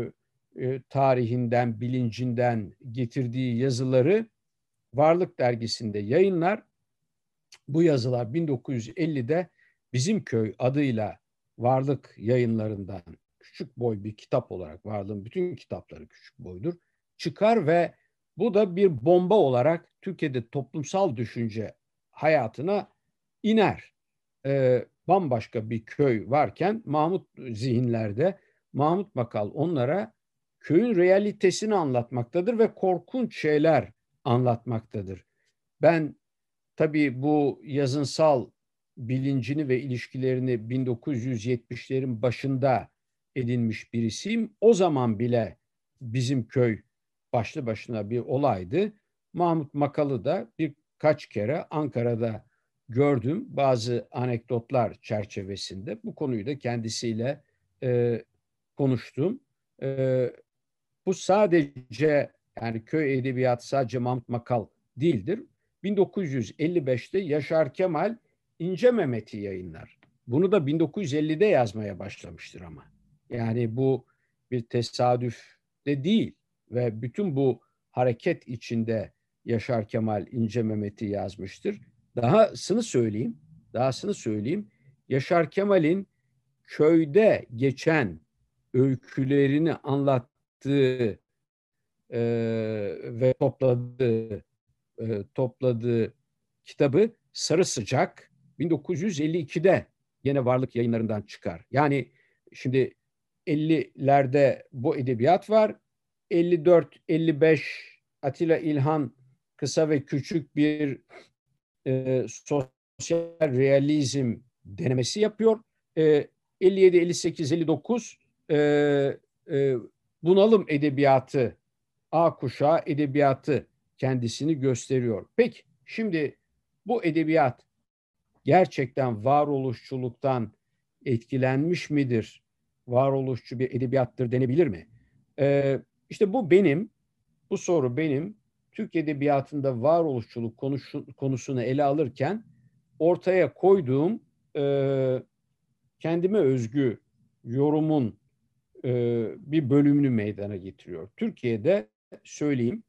tarihinden, bilincinden getirdiği yazıları Varlık Dergisi'nde yayınlar. Bu yazılar bin dokuz yüz ellide Bizim Köy adıyla Varlık Yayınlarından küçük boy bir kitap olarak, Varlığın bütün kitapları küçük boydur, çıkar ve bu da bir bomba olarak Türkiye'de toplumsal düşünce hayatına iner. Ee, bambaşka bir köy varken Mahmut zihinlerde Mahmut Makal onlara köyün realitesini anlatmaktadır ve korkunç şeyler anlatmaktadır. Ben tabii bu yazınsal bilincini ve ilişkilerini bin dokuz yüz yetmişlerin başında edinmiş birisiyim. O zaman bile Bizim Köy başlı başına bir olaydı. Mahmut Makal'ı da birkaç kere Ankara'da gördüm. Bazı anekdotlar çerçevesinde bu konuyu da kendisiyle e, konuştum. E, bu sadece yani köy edebiyatı sadece Mahmut Makal değildir. bin dokuz yüz elli beşte Yaşar Kemal İnce Mehmet'i yayınlar. Bunu da bin dokuz yüz ellide yazmaya başlamıştır ama. Yani bu bir tesadüf de değil ve bütün bu hareket içinde Yaşar Kemal İnce Mehmet'i yazmıştır. Dahasını söyleyeyim, dahasını söyleyeyim. Yaşar Kemal'in köyde geçen öykülerini anlattığı e, ve topladığı e, topladığı kitabı Sarı Sıcak bin dokuz yüz elli ikide yine Varlık Yayınlarından çıkar. Yani şimdi ellilerde bu edebiyat var. elli dört elli beş Atilla İlhan kısa ve küçük bir e, sosyal realizm denemesi yapıyor. E, elli yedi elli sekiz elli dokuz e, e, bunalım edebiyatı, A kuşağı edebiyatı kendisini gösteriyor. Peki şimdi bu edebiyat gerçekten varoluşçuluktan etkilenmiş midir? Varoluşçu bir edebiyattır denebilir mi? Ee, işte bu benim, bu soru benim Türk edebiyatında varoluşçuluk konusu, konusunu ele alırken ortaya koyduğum e, kendime özgü yorumun e, bir bölümünü meydana getiriyor. Türkiye'de söyleyeyim,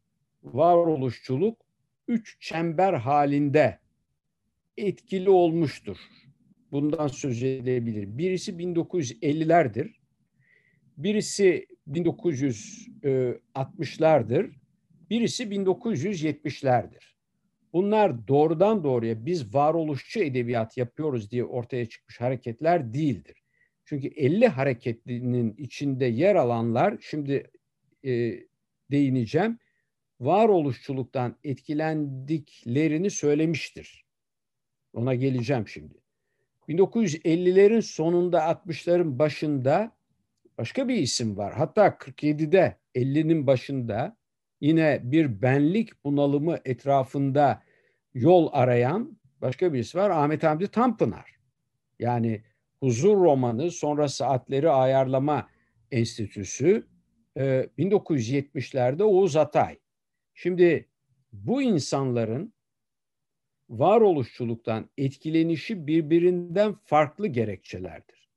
varoluşçuluk üç çember halinde etkili olmuştur. bundan söz edilebilir. Birisi bin dokuz yüz ellilerdir. Birisi bin dokuz yüz altmışlardır. Birisi bin dokuz yüz yetmişlerdir. Bunlar doğrudan doğruya biz varoluşçu edebiyat yapıyoruz diye ortaya çıkmış hareketler değildir. Çünkü elli hareketinin içinde yer alanlar, şimdi e, değineceğim, varoluşçuluktan etkilendiklerini söylemiştir. Ona geleceğim şimdi. bin dokuz yüz ellilerin sonunda, altmışların başında başka bir isim var. Hatta kırk yedide, ellinin başında yine bir benlik bunalımı etrafında yol arayan başka birisi var. Ahmet Hamdi Tanpınar. Yani Huzur Romanı, sonra Saatleri Ayarlama Enstitüsü, bin dokuz yüz yetmişlerde Oğuz Atay. Şimdi bu insanların varoluşçuluktan etkilenişi birbirinden farklı gerekçelerdir.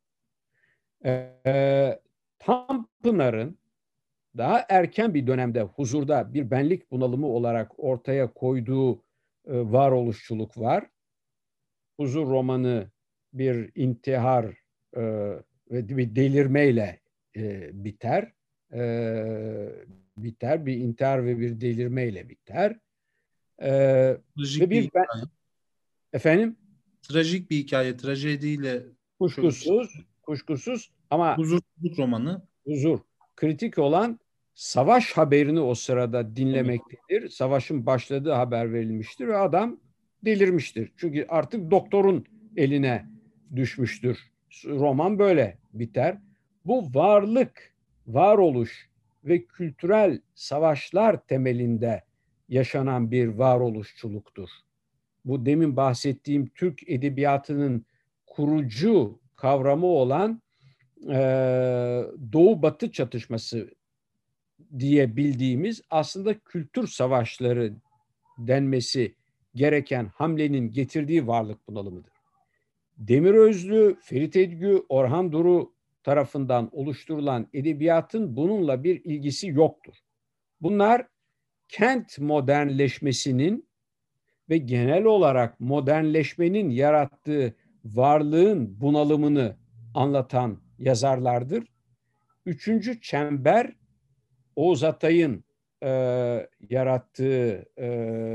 Ee, Tanpınar'ın daha erken bir dönemde huzurda bir benlik bunalımı olarak ortaya koyduğu e, varoluşçuluk var. Huzur romanı bir intihar e, ve bir delirmeyle e, biter. E, biter. Bir intihar ve bir delirmeyle biter. E, Trajik ve bir bir ben, hikaye. efendim Trajik bir hikaye, trajediyle çölüşen. kuşkusuz, kuşkusuz ama Huzursuzluk romanı. huzur. Kritik olan savaş haberini o sırada Evet. dinlemektedir. Savaşın başladığı haber verilmiştir ve adam delirmiştir. Çünkü artık doktorun eline düşmüştür. Roman böyle biter. Bu varlık, varoluş ve kültürel savaşlar temelinde yaşanan bir varoluşçuluktur. Bu demin bahsettiğim Türk edebiyatının kurucu kavramı olan e, Doğu-Batı çatışması diye bildiğimiz aslında kültür savaşları denmesi gereken hamlenin getirdiği varlık bunalımıdır. Demirözlü, Ferit Edgü, Orhan Duru tarafından oluşturulan edebiyatın bununla bir ilgisi yoktur. Bunlar kent modernleşmesinin ve genel olarak modernleşmenin yarattığı varlığın bunalımını anlatan yazarlardır. Üçüncü çember Oğuz Atay'ın e, yarattığı e,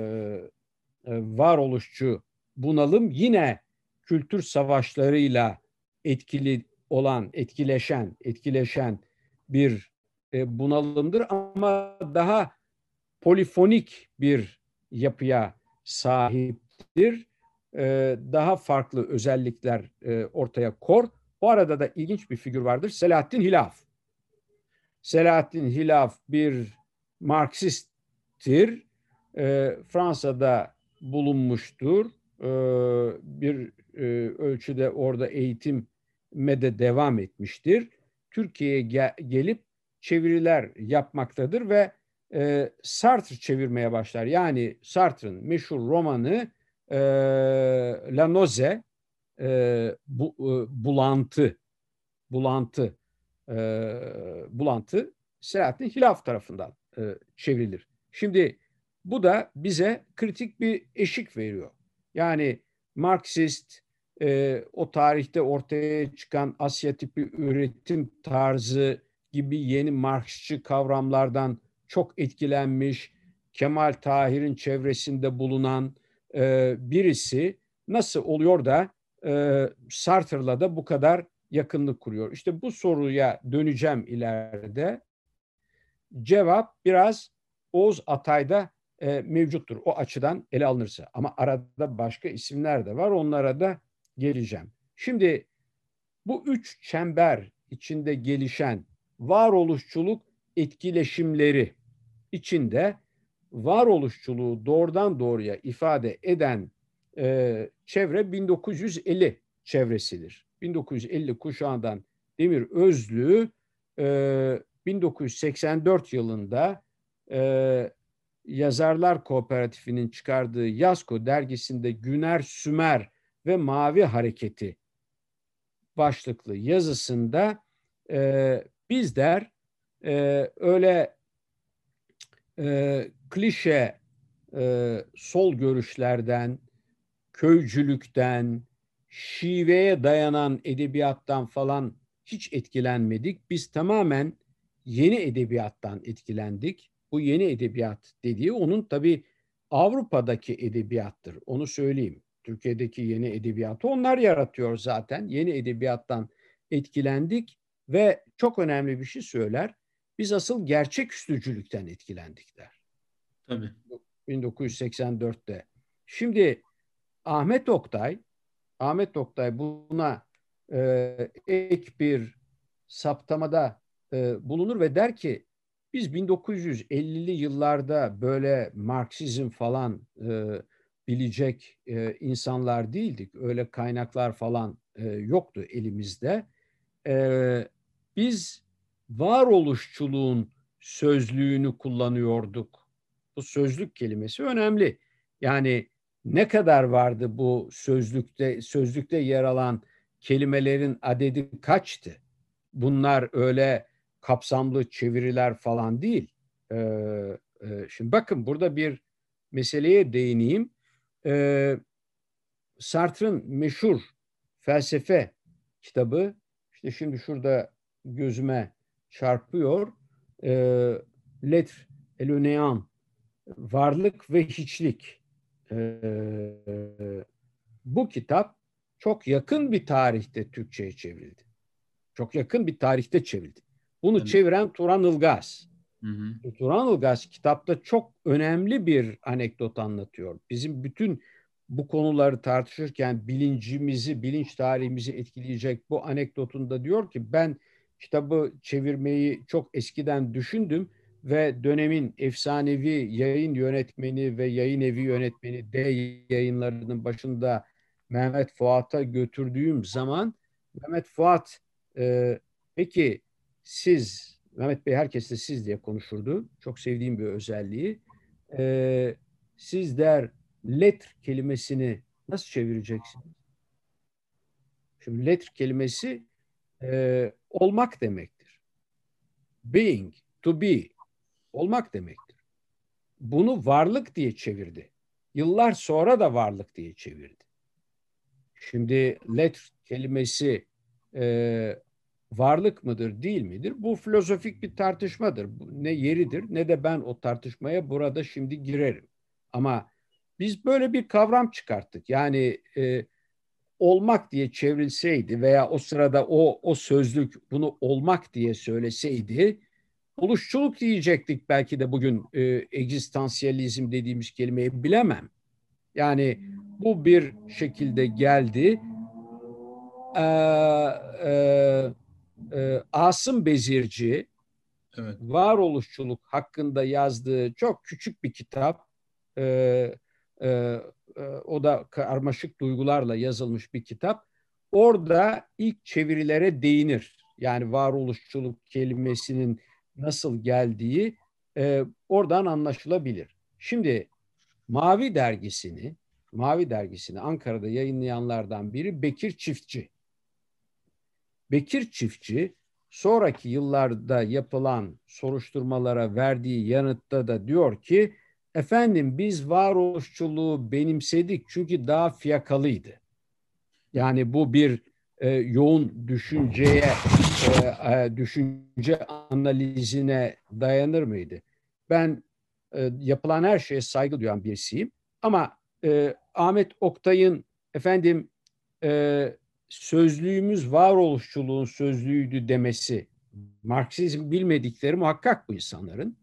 e, varoluşçu bunalım yine kültür savaşlarıyla etkili olan, etkileşen, etkileşen bir e, bunalımdır ama daha polifonik bir yapıya sahiptir. E, daha farklı özellikler e, ortaya kor. Bu arada da ilginç bir figür vardır. Selahattin Hilaf. Selahattin Hilaf bir Marksisttir. E, Fransa'da bulunmuştur. E, bir e, ölçüde orada eğitime de devam etmiştir. Türkiye'ye gel gelip çeviriler yapmaktadır ve e, Sartre çevirmeye başlar. Yani Sartre'ın meşhur romanı e, La Nausée, e, bu, e, bulantı, bulantı e, bulantı Selahattin Hilaf tarafından e, çevrilir. Şimdi bu da bize kritik bir eşik veriyor. Yani Marksist, e, o tarihte ortaya çıkan Asya tipi üretim tarzı gibi yeni Marksçı kavramlardan çok etkilenmiş, Kemal Tahir'in çevresinde bulunan e, birisi nasıl oluyor da e, Sartre'la da bu kadar yakınlık kuruyor? İşte bu soruya döneceğim ileride. Cevap biraz Oğuz Atay'da e, mevcuttur. O açıdan ele alınırsa. Ama arada başka isimler de var. Onlara da geleceğim. Şimdi bu üç çember içinde gelişen varoluşçuluk etkileşimleri içinde varoluşçuluğu doğrudan doğruya ifade eden e, çevre bin dokuz yüz elli çevresidir. bin dokuz yüz elli kuşağından Demirözlü e, bin dokuz yüz seksen dört yılında e, Yazarlar Kooperatifinin çıkardığı Yasko dergisinde Güner Sümer ve Mavi Hareketi başlıklı yazısında e, bizler e, öyle e, klişe e, sol görüşlerden, köycülükten, şiveye dayanan edebiyattan falan hiç etkilenmedik. Biz tamamen yeni edebiyattan etkilendik. Bu yeni edebiyat dediği onun tabii Avrupa'daki edebiyattır. Onu söyleyeyim. Türkiye'deki yeni edebiyatı onlar yaratıyor zaten. Yeni edebiyattan etkilendik ve çok önemli bir şey söyler. Biz asıl gerçeküstücülükten etkilendik der. Tabii. bin dokuz yüz seksen dörtte. Şimdi Ahmet Oktay, Ahmet Oktay buna e, ek bir saptamada e, bulunur ve der ki biz bin dokuz yüz ellili yıllarda böyle Marksizm falan e, bilecek e, insanlar değildik. Öyle kaynaklar falan e, yoktu elimizde. E, biz varoluşçuluğun sözlüğünü kullanıyorduk. Bu sözlük kelimesi önemli. Yani ne kadar vardı bu sözlükte sözlükte yer alan kelimelerin adedi kaçtı? Bunlar öyle kapsamlı çeviriler falan değil. Ee, e, şimdi bakın burada bir meseleye değineyim. Ee, Sartre'ın meşhur felsefe kitabı, işte şimdi şurada gözüme çarpıyor. Ee, L'être et le néant, varlık ve hiçlik. Ee, bu kitap çok yakın bir tarihte Türkçe'ye çevrildi. Çok yakın bir tarihte çevrildi. Bunu Tabii. çeviren Turan Ilgaz. Hı hı. Turan Ilgaz kitapta çok önemli bir anekdot anlatıyor. Bizim bütün bu konuları tartışırken bilincimizi, bilinç tarihimizi etkileyecek bu anekdotunda diyor ki ben kitabı çevirmeyi çok eskiden düşündüm ve dönemin efsanevi yayın yönetmeni ve yayın evi yönetmeni D yayınlarının başında Mehmet Fuat'a götürdüğüm zaman Mehmet Fuat e, peki siz, Mehmet Bey herkesle siz diye konuşurdu. Çok sevdiğim bir özelliği. E, siz der letr kelimesini nasıl çevireceksiniz? Şimdi letr kelimesi e, olmak demektir. Being, to be, olmak demektir. Bunu varlık diye çevirdi. Yıllar sonra da varlık diye çevirdi. Şimdi letr kelimesi e, varlık mıdır, değil midir? Bu filozofik bir tartışmadır. Ne yeridir ne de ben o tartışmaya burada şimdi girerim. Ama biz böyle bir kavram çıkarttık. Yani e, olmak diye çevrilseydi veya o sırada o o sözlük bunu olmak diye söyleseydi oluşçuluk diyecektik belki de bugün e, egzistansiyalizm dediğimiz kelimeyi bilemem. Yani bu bir şekilde geldi. Ee, e, e, Asım Bezirci Evet. varoluşçuluk hakkında yazdığı çok küçük bir kitap. Ee, e, e, o da karmaşık duygularla yazılmış bir kitap. Orada ilk çevirilere değinir. Yani varoluşçuluk kelimesinin nasıl geldiği e, oradan anlaşılabilir. Şimdi Mavi dergisini, Mavi dergisini Ankara'da yayınlayanlardan biri Bekir Çiftçi. Bekir Çiftçi sonraki yıllarda yapılan soruşturmalara verdiği yanıtta da diyor ki efendim biz varoluşçuluğu benimsedik çünkü daha fiyakalıydı. Yani bu bir e, yoğun düşünceye, e, e, düşünce analizine dayanır mıydı? Ben e, yapılan her şeye saygı duyan birisiyim. Ama e, Ahmet Oktay'ın efendim e, sözlüğümüz varoluşçuluğun sözlüğüydü demesi, Marksizm bilmedikleri muhakkak bu insanların.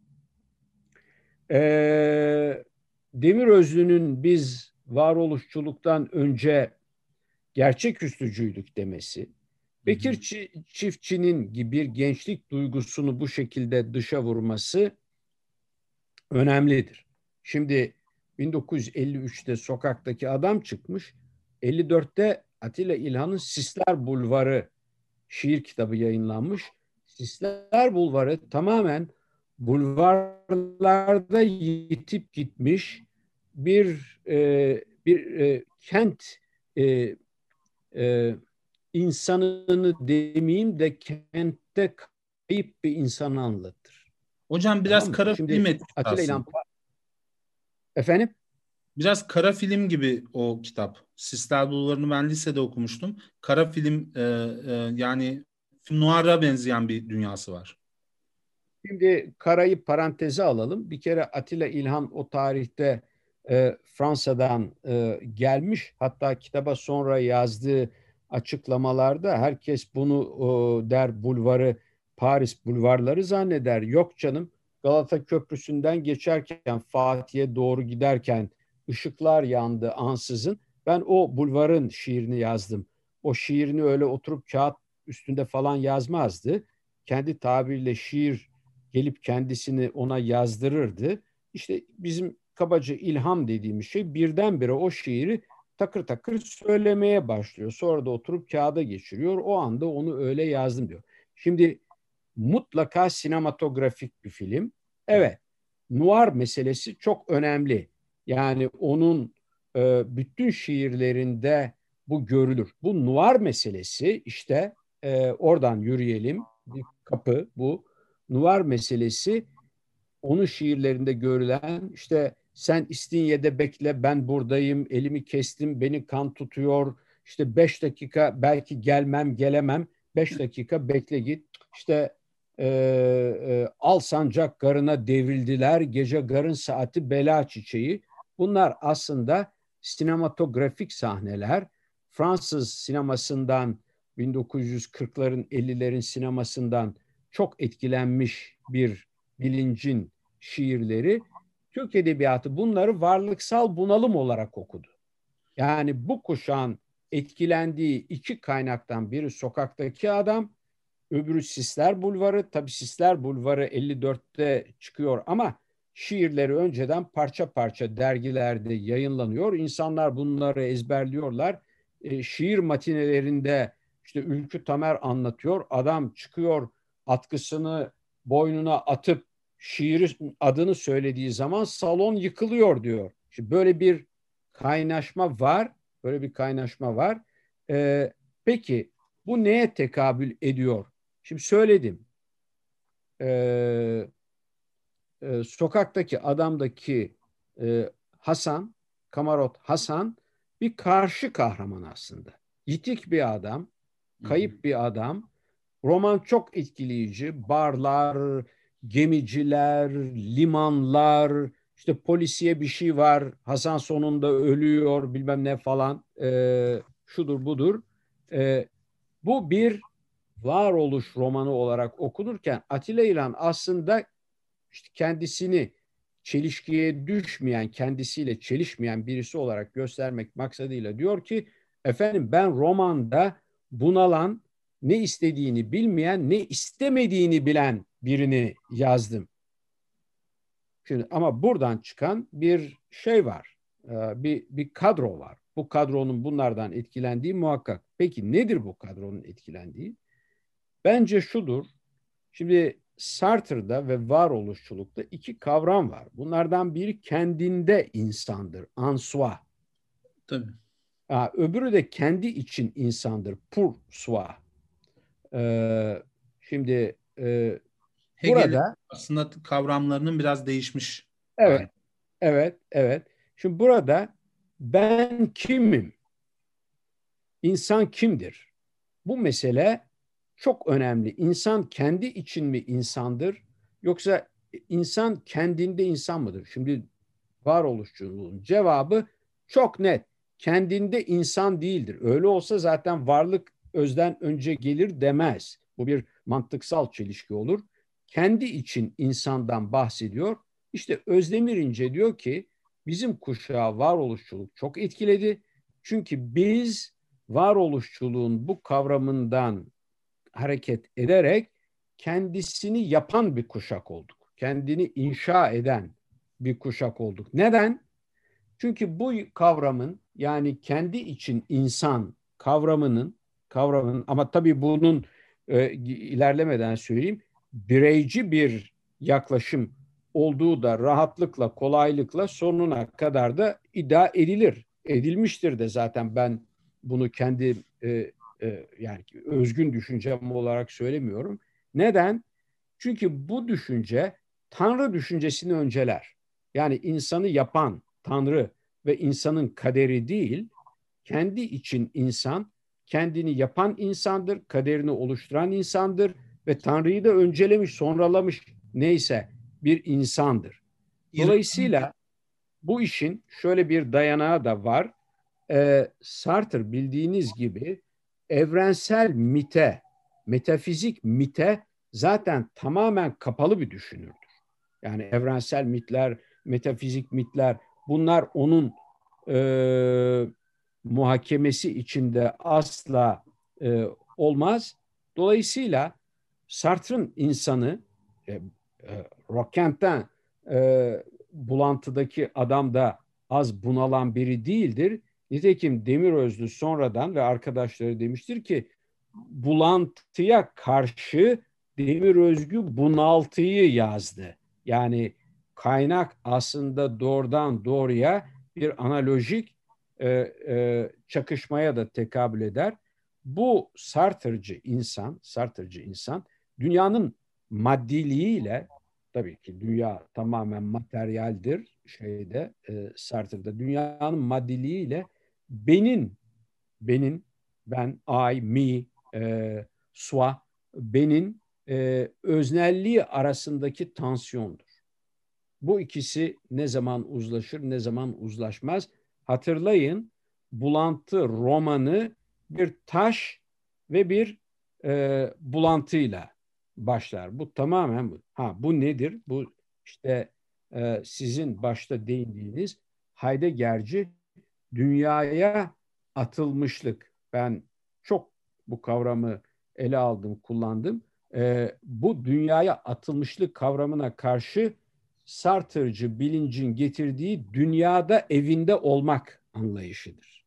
E, Demirözlü'nün biz varoluşçuluktan önce gerçeküstücüydük demesi, Hı hı. Bekir Çiftçi'nin gibi bir gençlik duygusunu bu şekilde dışa vurması önemlidir. Şimdi bin dokuz yüz elli üçte Sokaktaki Adam çıkmış, elli dörtte Atilla İlhan'ın Sisler Bulvarı şiir kitabı yayınlanmış. Sisler Bulvarı tamamen bulvarlarda yitip gitmiş bir e, bir e, kent e, e, insanını demeyeyim de kentte kayıp bir insanı anlatır. Hocam biraz Tamam mı? kara film Şimdi etkisi Atilla aslında. İlhan efendim Biraz kara film gibi o kitap. Sisler Bulvarı'nı ben lisede okumuştum. Kara film e, e, yani film noir'a benzeyen bir dünyası var. Şimdi Kara'yı paranteze alalım. Bir kere Atilla İlhan o tarihte e, Fransa'dan e, gelmiş. Hatta kitaba sonra yazdığı açıklamalarda herkes bunu o, der bulvarı, Paris bulvarları zanneder. Yok canım, Galata Köprüsü'nden geçerken Fatih'e doğru giderken ışıklar yandı ansızın. Ben o bulvarın şiirini yazdım. O şiirini öyle oturup kağıt üstünde falan yazmazdı. Kendi tabiriyle şiir gelip kendisini ona yazdırırdı. İşte bizim kabaca ilham dediğimiz şey birdenbire o şiiri takır takır söylemeye başlıyor. Sonra da oturup kağıda geçiriyor. O anda onu öyle yazdım diyor. Şimdi mutlaka sinematografik bir film. Evet, noir meselesi çok önemli. Yani onun e, bütün şiirlerinde bu görülür. Bu noir meselesi işte e, oradan yürüyelim. Bir kapı bu. Noir meselesi onun şiirlerinde görülen işte sen İstinye'de bekle ben buradayım elimi kestim beni kan tutuyor işte beş dakika belki gelmem gelemem beş dakika bekle git işte e, e, al sancak garına devrildiler gece garın saati bela çiçeği bunlar aslında sinematografik sahneler Fransız sinemasından bin dokuz yüz kırkların ellilerin sinemasından çok etkilenmiş bir bilincin şiirleri Türk edebiyatı bunları varlıksal bunalım olarak okudu. Yani bu kuşağın etkilendiği iki kaynaktan biri Sokaktaki Adam, öbürü Sisler Bulvarı. Tabii Sisler Bulvarı elli dörtte çıkıyor ama şiirleri önceden parça parça dergilerde yayınlanıyor. İnsanlar bunları ezberliyorlar. E, şiir matinelerinde işte Ülkü Tamer anlatıyor. Adam çıkıyor atkısını boynuna atıp şiir adını söylediği zaman salon yıkılıyor diyor. Şimdi böyle bir kaynaşma var. Böyle bir kaynaşma var. E, peki bu neye tekabül ediyor? Şimdi söyledim. Ee, e, sokaktaki adamdaki e, Hasan, Kamarot Hasan bir karşı kahraman aslında. Yitik bir adam, Hı hı. kayıp bir adam. Roman çok etkileyici. Barlar, gemiciler, limanlar, işte polisiye bir şey var. Hasan sonunda ölüyor, bilmem ne falan. Ee, şudur budur. Ee, bu bir varoluş romanı olarak okunurken Atilla İlhan aslında işte kendisini çelişkiye düşmeyen, kendisiyle çelişmeyen birisi olarak göstermek maksadıyla diyor ki efendim ben romanda bunalan, ne istediğini bilmeyen, ne istemediğini bilen birini yazdım. Şimdi ama buradan çıkan bir şey var. Bir, bir kadro var. Bu kadronun bunlardan etkilendiği muhakkak. Peki nedir bu kadronun etkilendiği? Bence şudur. Şimdi Sartre'da ve varoluşçulukta iki kavram var. Bunlardan biri kendinde insandır, en soi. Tabii. Ha, öbürü de kendi için insandır, pour soi. Ee, şimdi e, Hegel'in burada aslında kavramlarının biraz değişmiş evet, hali. evet, evet. Şimdi burada ben kimim? İnsan kimdir? Bu mesele çok önemli. İnsan kendi için mi insandır? Yoksa insan kendinde insan mıdır? Şimdi varoluşçuluğun cevabı çok net. Kendinde insan değildir. Öyle olsa zaten varlık özden önce gelir demez. Bu bir mantıksal çelişki olur. Kendi için insandan bahsediyor. İşte Özdemir İnce diyor ki bizim kuşağı varoluşçuluk çok etkiledi. Çünkü biz varoluşçuluğun bu kavramından hareket ederek kendisini yapan bir kuşak olduk. Kendini inşa eden bir kuşak olduk. Neden? Çünkü bu kavramın yani kendi için insan kavramının kavramının ama tabii bunun e, ilerlemeden söyleyeyim bireyci bir yaklaşım olduğu da rahatlıkla kolaylıkla sonuna kadar da iddia edilir. Edilmiştir de zaten ben bunu kendi e, e, yani özgün düşüncem olarak söylemiyorum. Neden? Çünkü bu düşünce Tanrı düşüncesini önceler. Yani insanı yapan Tanrı, ve insanın kaderi değil, kendi için insan, kendini yapan insandır, kaderini oluşturan insandır ve Tanrı'yı da öncelemiş, sonralamış neyse bir insandır. Dolayısıyla bu işin şöyle bir dayanağı da var. Ee, Sartre bildiğiniz gibi evrensel mite, metafizik mite zaten tamamen kapalı bir düşünürdür. Yani evrensel mitler, metafizik mitler bunlar onun e, muhakemesi içinde asla e, olmaz. Dolayısıyla Sartre'ın insanı e, e, Rockemp'ten e, bulantıdaki adam da az bunalan biri değildir. Nitekim Demirözlü sonradan ve arkadaşları demiştir ki bulantıya karşı Demirözgü bunaltıyı yazdı. Yani kaynak aslında doğrudan doğruya bir analojik e, e, çakışmaya da tekabül eder. Bu Sartre'cı insan, Sartre'cı insan dünyanın maddiliğiyle, tabii ki dünya tamamen materyaldir şeyde e, Sartre'da dünyanın maddiliğiyle benin, benin, ben, I, me, e, soi, benin e, öznelliği arasındaki tansiyondur. Bu ikisi ne zaman uzlaşır, ne zaman uzlaşmaz. Hatırlayın, bulantı romanı bir taş ve bir e, bulantıyla başlar. Bu tamamen bu. Ha, bu nedir? Bu işte e, sizin başta değindiğiniz Heideggerci dünyaya atılmışlık. Ben çok bu kavramı ele aldım, kullandım. E, bu dünyaya atılmışlık kavramına karşı Sartre'cı bilincin getirdiği dünyada evinde olmak anlayışıdır.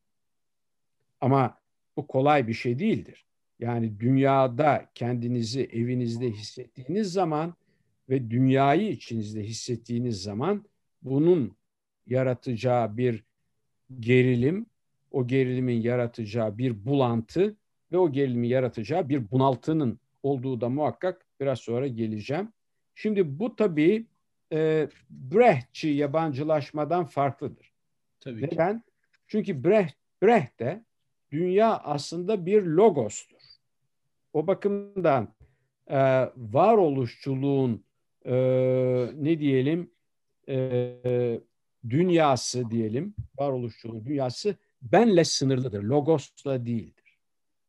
Ama bu kolay bir şey değildir. Yani dünyada kendinizi evinizde hissettiğiniz zaman ve dünyayı içinizde hissettiğiniz zaman bunun yaratacağı bir gerilim, o gerilimin yaratacağı bir bulantı ve o gerilimin yaratacağı bir bunaltının olduğu da muhakkak biraz sonra geleceğim. Şimdi bu tabii e, Brechtçi yabancılaşmadan farklıdır. Tabii ki. Neden? Çünkü Brecht, Brecht'te dünya aslında bir logostur. O bakımdan e, varoluşçuluğun e, ne diyelim e, dünyası diyelim, varoluşçuluğun dünyası benle sınırlıdır, logosla değildir.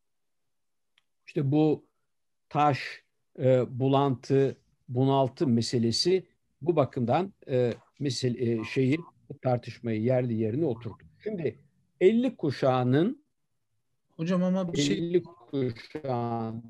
İşte bu taş, e, bulantı, bunaltı meselesi bu bakımdan e, mesele, e, şeyi tartışmayı yerli yerine oturdu. Şimdi elli kuşağının Hocam ama bir şey elli kuşağın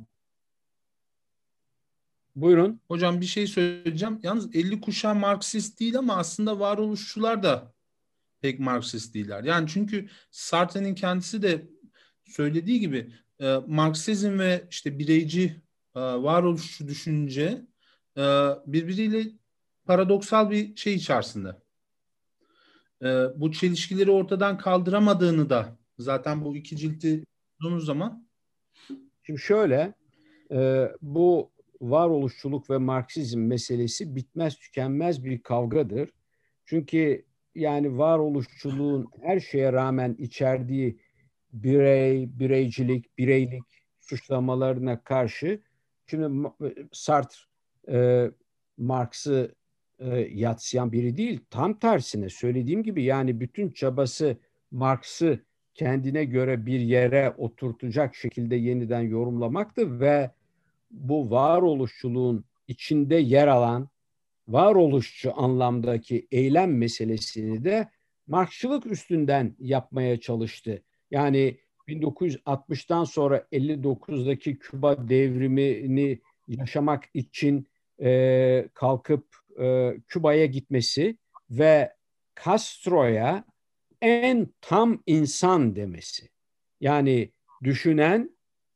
buyurun. hocam bir şey söyleyeceğim. Yalnız elli kuşağı Marksist değil ama aslında varoluşçular da pek Marksist değiller. Yani çünkü Sartre'nin kendisi de söylediği gibi e, Marksizm ve işte bireyci e, varoluşçu düşünce e, birbiriyle paradoksal bir şey içerisinde. E, bu çelişkileri ortadan kaldıramadığını da zaten bu iki cilti okuduğunuz zaman. Şimdi şöyle e, bu varoluşçuluk ve Marksizm meselesi bitmez tükenmez bir kavgadır. Çünkü yani varoluşçuluğun her şeye rağmen içerdiği birey, bireycilik, bireylik suçlamalarına karşı şimdi Sartre e, Marx'ı e, yadsıyan biri değil. Tam tersine söylediğim gibi yani bütün çabası Marx'ı kendine göre bir yere oturtacak şekilde yeniden yorumlamaktı ve bu varoluşçuluğun içinde yer alan varoluşçu anlamdaki eylem meselesini de Marksçılık üstünden yapmaya çalıştı. Yani bin dokuz yüz altmıştan sonra elli dokuzdaki Küba devrimini yaşamak için e, kalkıp e, Küba'ya gitmesi ve Castro'ya en tam insan demesi. Yani düşünen,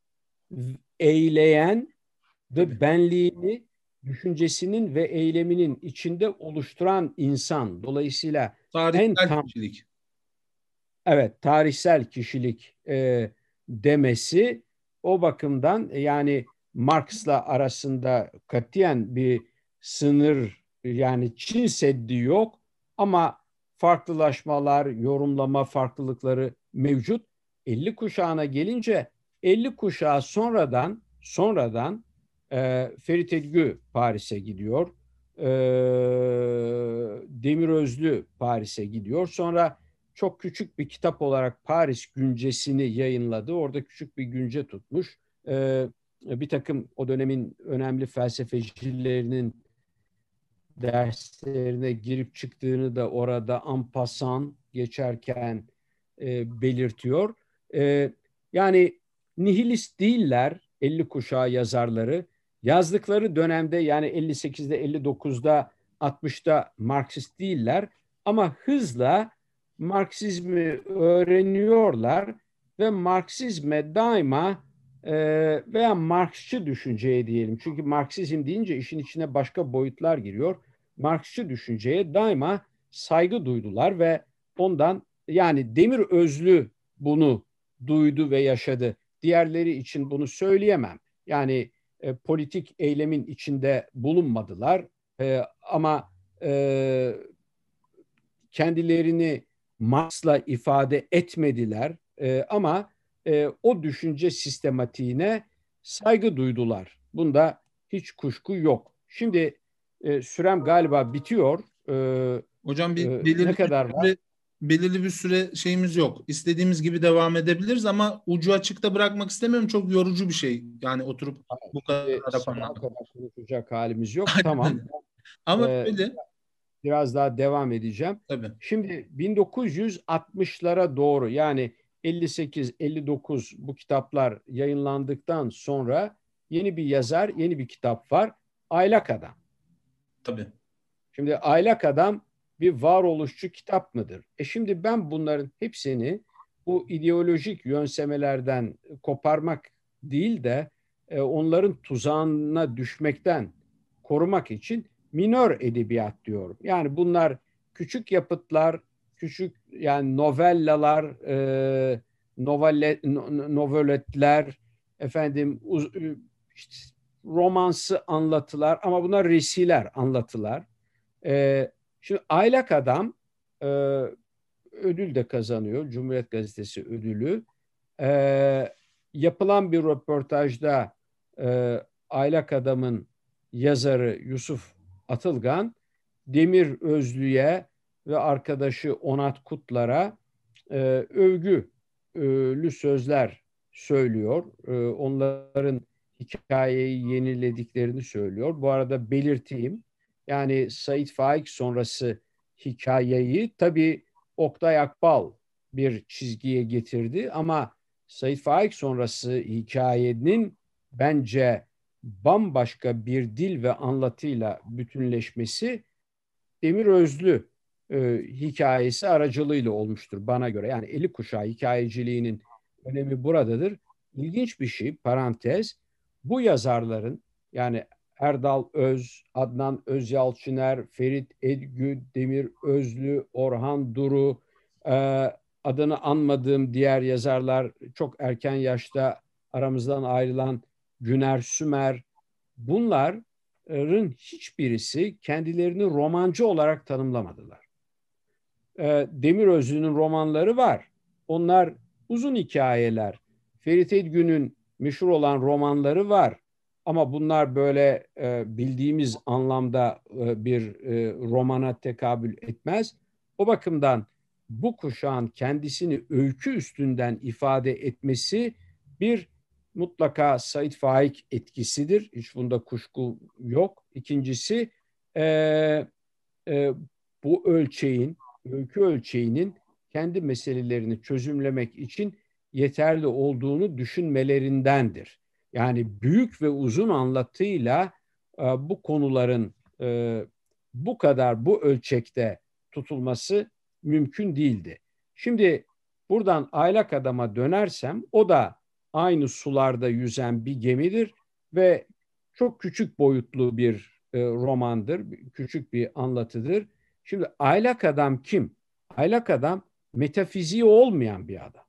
eyleyen Tabii. ve benliğini düşüncesinin ve eyleminin içinde oluşturan insan. Dolayısıyla en Tarihsel tam, kişilik. evet, tarihsel kişilik e, demesi o bakımdan yani Marx'la arasında katiyen bir sınır yani Çin Seddi yok ama farklılaşmalar, yorumlama farklılıkları mevcut. elli kuşağına gelince elli kuşağı sonradan sonradan e, Ferit Edgü Paris'e gidiyor. E, Demirözlü Paris'e gidiyor. Sonra çok küçük bir kitap olarak Paris Güncesi'ni yayınladı. Orada küçük bir günce tutmuş. E, bir takım o dönemin önemli felsefecilerinin derslerine girip çıktığını da orada en passant geçerken e, belirtiyor. E, yani nihilist değiller elli kuşağı yazarları. Yazdıkları dönemde yani elli sekizde, elli dokuzda, altmışta Marksist değiller ama hızla Marksizmi öğreniyorlar ve Marksizme daima e, veya Marksçı düşünceye diyelim. Çünkü Marksizm deyince işin içine başka boyutlar giriyor. Marksçı düşünceye daima saygı duydular ve ondan yani Demirözlü bunu duydu ve yaşadı. Diğerleri için bunu söyleyemem. Yani e, politik eylemin içinde bulunmadılar e, ama e, kendilerini Marx'la ifade etmediler e, ama e, o düşünce sistematiğine saygı duydular. Bunda hiç kuşku yok. Şimdi e, sürem galiba bitiyor. E, Hocam bir e, ne belirli bir kadar var? süre, belirli bir süre şeyimiz yok. İstediğimiz gibi devam edebiliriz ama ucu açıkta bırakmak istemiyorum. Çok yorucu bir şey. Yani oturup bu Şimdi kadar sabaha yapanlar. kadar konuşacak halimiz yok. Tamam. Ama E, şöyle biraz daha devam edeceğim. tabii. Şimdi bin dokuz yüz altmışlara doğru yani elli sekiz elli dokuz bu kitaplar yayınlandıktan sonra yeni bir yazar, yeni bir kitap var. Aylak Adam. Tabii. Şimdi Aylak Adam bir varoluşçu kitap mıdır? E şimdi ben bunların hepsini bu ideolojik yönsemelerden koparmak değil de e, onların tuzağına düşmekten korumak için minör edebiyat diyorum. Yani bunlar küçük yapıtlar, küçük yani novellalar, e, novelle, no, noveletler, efendim uz, işte, romansı anlatılar ama bunlar resiler anlatılar. E, şimdi Aylak Adam e, ödül de kazanıyor. Cumhuriyet Gazetesi ödülü. E, yapılan bir röportajda e, Aylak Adam'ın yazarı Yusuf Atılgan Demir Özlü'ye ve arkadaşı Onat Kutlar'a e, övgülü sözler söylüyor. E, onların hikayeyi yenilediklerini söylüyor. Bu arada belirteyim. Yani Said Faik sonrası hikayeyi tabii Oktay Akbal bir çizgiye getirdi ama Said Faik sonrası hikayenin bence bambaşka bir dil ve anlatıyla bütünleşmesi Demir Özlü e, hikayesi aracılığıyla olmuştur bana göre. Yani Eli Kuşağı hikayeciliğinin önemi buradadır. İlginç bir şey, parantez, bu yazarların yani Erdal Öz, Adnan Özyalçıner, Ferit Edgü, Demir Özlü, Orhan Duru, e, adını anmadığım diğer yazarlar, çok erken yaşta aramızdan ayrılan Güner Sümer, bunların hiçbirisi kendilerini romancı olarak tanımlamadılar. E, Demirözlü'nün romanları var. Onlar uzun hikayeler. Ferit Edgün'ün meşhur olan romanları var. Ama bunlar böyle e, bildiğimiz anlamda e, bir e, romana tekabül etmez. O bakımdan bu kuşağın kendisini öykü üstünden ifade etmesi bir mutlaka Said Faik etkisidir. Hiç bunda kuşku yok. İkincisi e, e, bu ölçeğin, öykü ölçeğinin kendi meselelerini çözümlemek için yeterli olduğunu düşünmelerindendir. Yani büyük ve uzun anlatıyla e, bu konuların e, bu kadar bu ölçekte tutulması mümkün değildi. Şimdi buradan Aylak Adam'a dönersem o da aynı sularda yüzen bir gemidir ve çok küçük boyutlu bir e, romandır, küçük bir anlatıdır. Şimdi Aylak Adam kim? Aylak Adam metafiziği olmayan bir adam.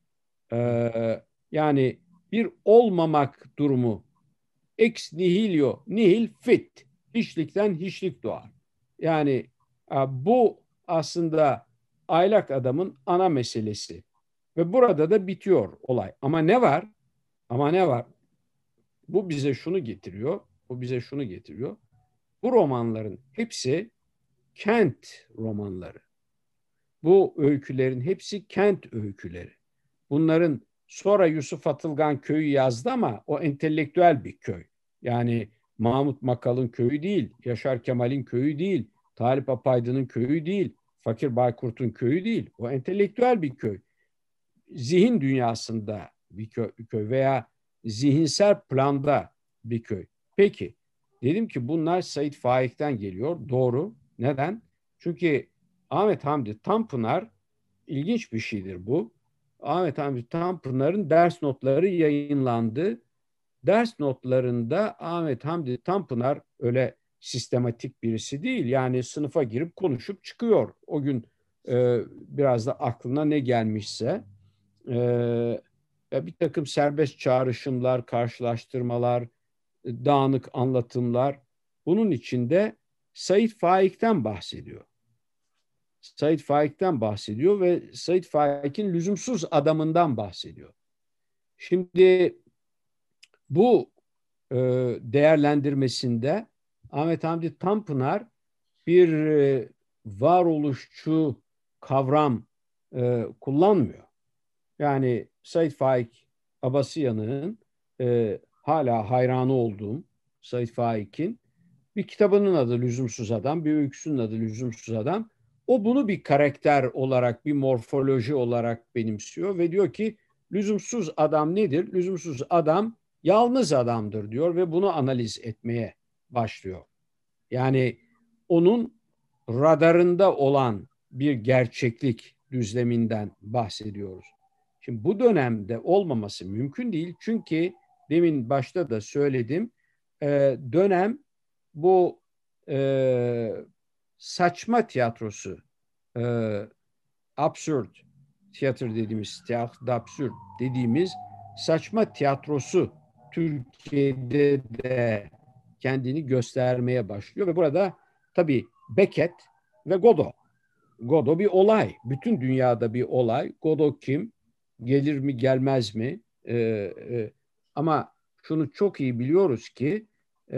Ee, yani bir olmamak durumu ex nihilio nihil fit. Hiçlikten hiçlik doğar. Yani bu aslında aylak adamın ana meselesi. Ve burada da bitiyor olay. Ama ne var? Ama ne var? Bu bize şunu getiriyor. Bu bize şunu getiriyor. Bu romanların hepsi kent romanları. Bu öykülerin hepsi kent öyküleri. Bunların sonra Yusuf Atılgan köyü yazdı ama o entelektüel bir köy. Yani Mahmut Makal'ın köyü değil, Yaşar Kemal'in köyü değil, Talip Apaydın'ın köyü değil, Fakir Baykurt'un köyü değil. O entelektüel bir köy. Zihin dünyasında bir köy, bir köy veya zihinsel planda bir köy. Peki, dedim ki bunlar Said Faik'ten geliyor. Doğru. Neden? Çünkü Ahmet Hamdi Tanpınar, ilginç bir şeydir bu. Ahmet Hamdi Tanpınar'ın ders notları yayınlandı. Ders notlarında Ahmet Hamdi Tanpınar öyle sistematik birisi değil. Yani sınıfa girip konuşup çıkıyor. O gün e, biraz da aklına ne gelmişse e, bir takım serbest çağrışımlar, karşılaştırmalar, dağınık anlatımlar. Bunun içinde Said Faik'ten bahsediyor. Said Faik'ten bahsediyor ve Said Faik'in lüzumsuz adamından bahsediyor. Şimdi bu e, değerlendirmesinde Ahmet Hamdi Tanpınar bir e, varoluşçu kavram e, kullanmıyor. Yani Said Faik Abasıyanık'ın e, hala hayranı olduğum Said Faik'in bir kitabının adı Lüzumsuz Adam, bir öyküsünün adı Lüzumsuz Adam. O bunu bir karakter olarak, bir morfoloji olarak benimsiyor ve diyor ki lüzumsuz adam nedir? Lüzumsuz adam yalnız adamdır diyor ve bunu analiz etmeye başlıyor. Yani onun radarında olan bir gerçeklik düzleminden bahsediyoruz. Şimdi bu dönemde olmaması mümkün değil. Çünkü demin başta da söyledim, dönem bu e, saçma tiyatrosu, e, absurd tiyatro dediğimiz, tiyatro absürt dediğimiz saçma tiyatrosu Türkiye'de de kendini göstermeye başlıyor ve burada tabii Beckett ve Godot. Godot bir olay. Bütün dünyada bir olay. Godot kim? Gelir mi gelmez mi? Ee, e, ama şunu çok iyi biliyoruz ki e,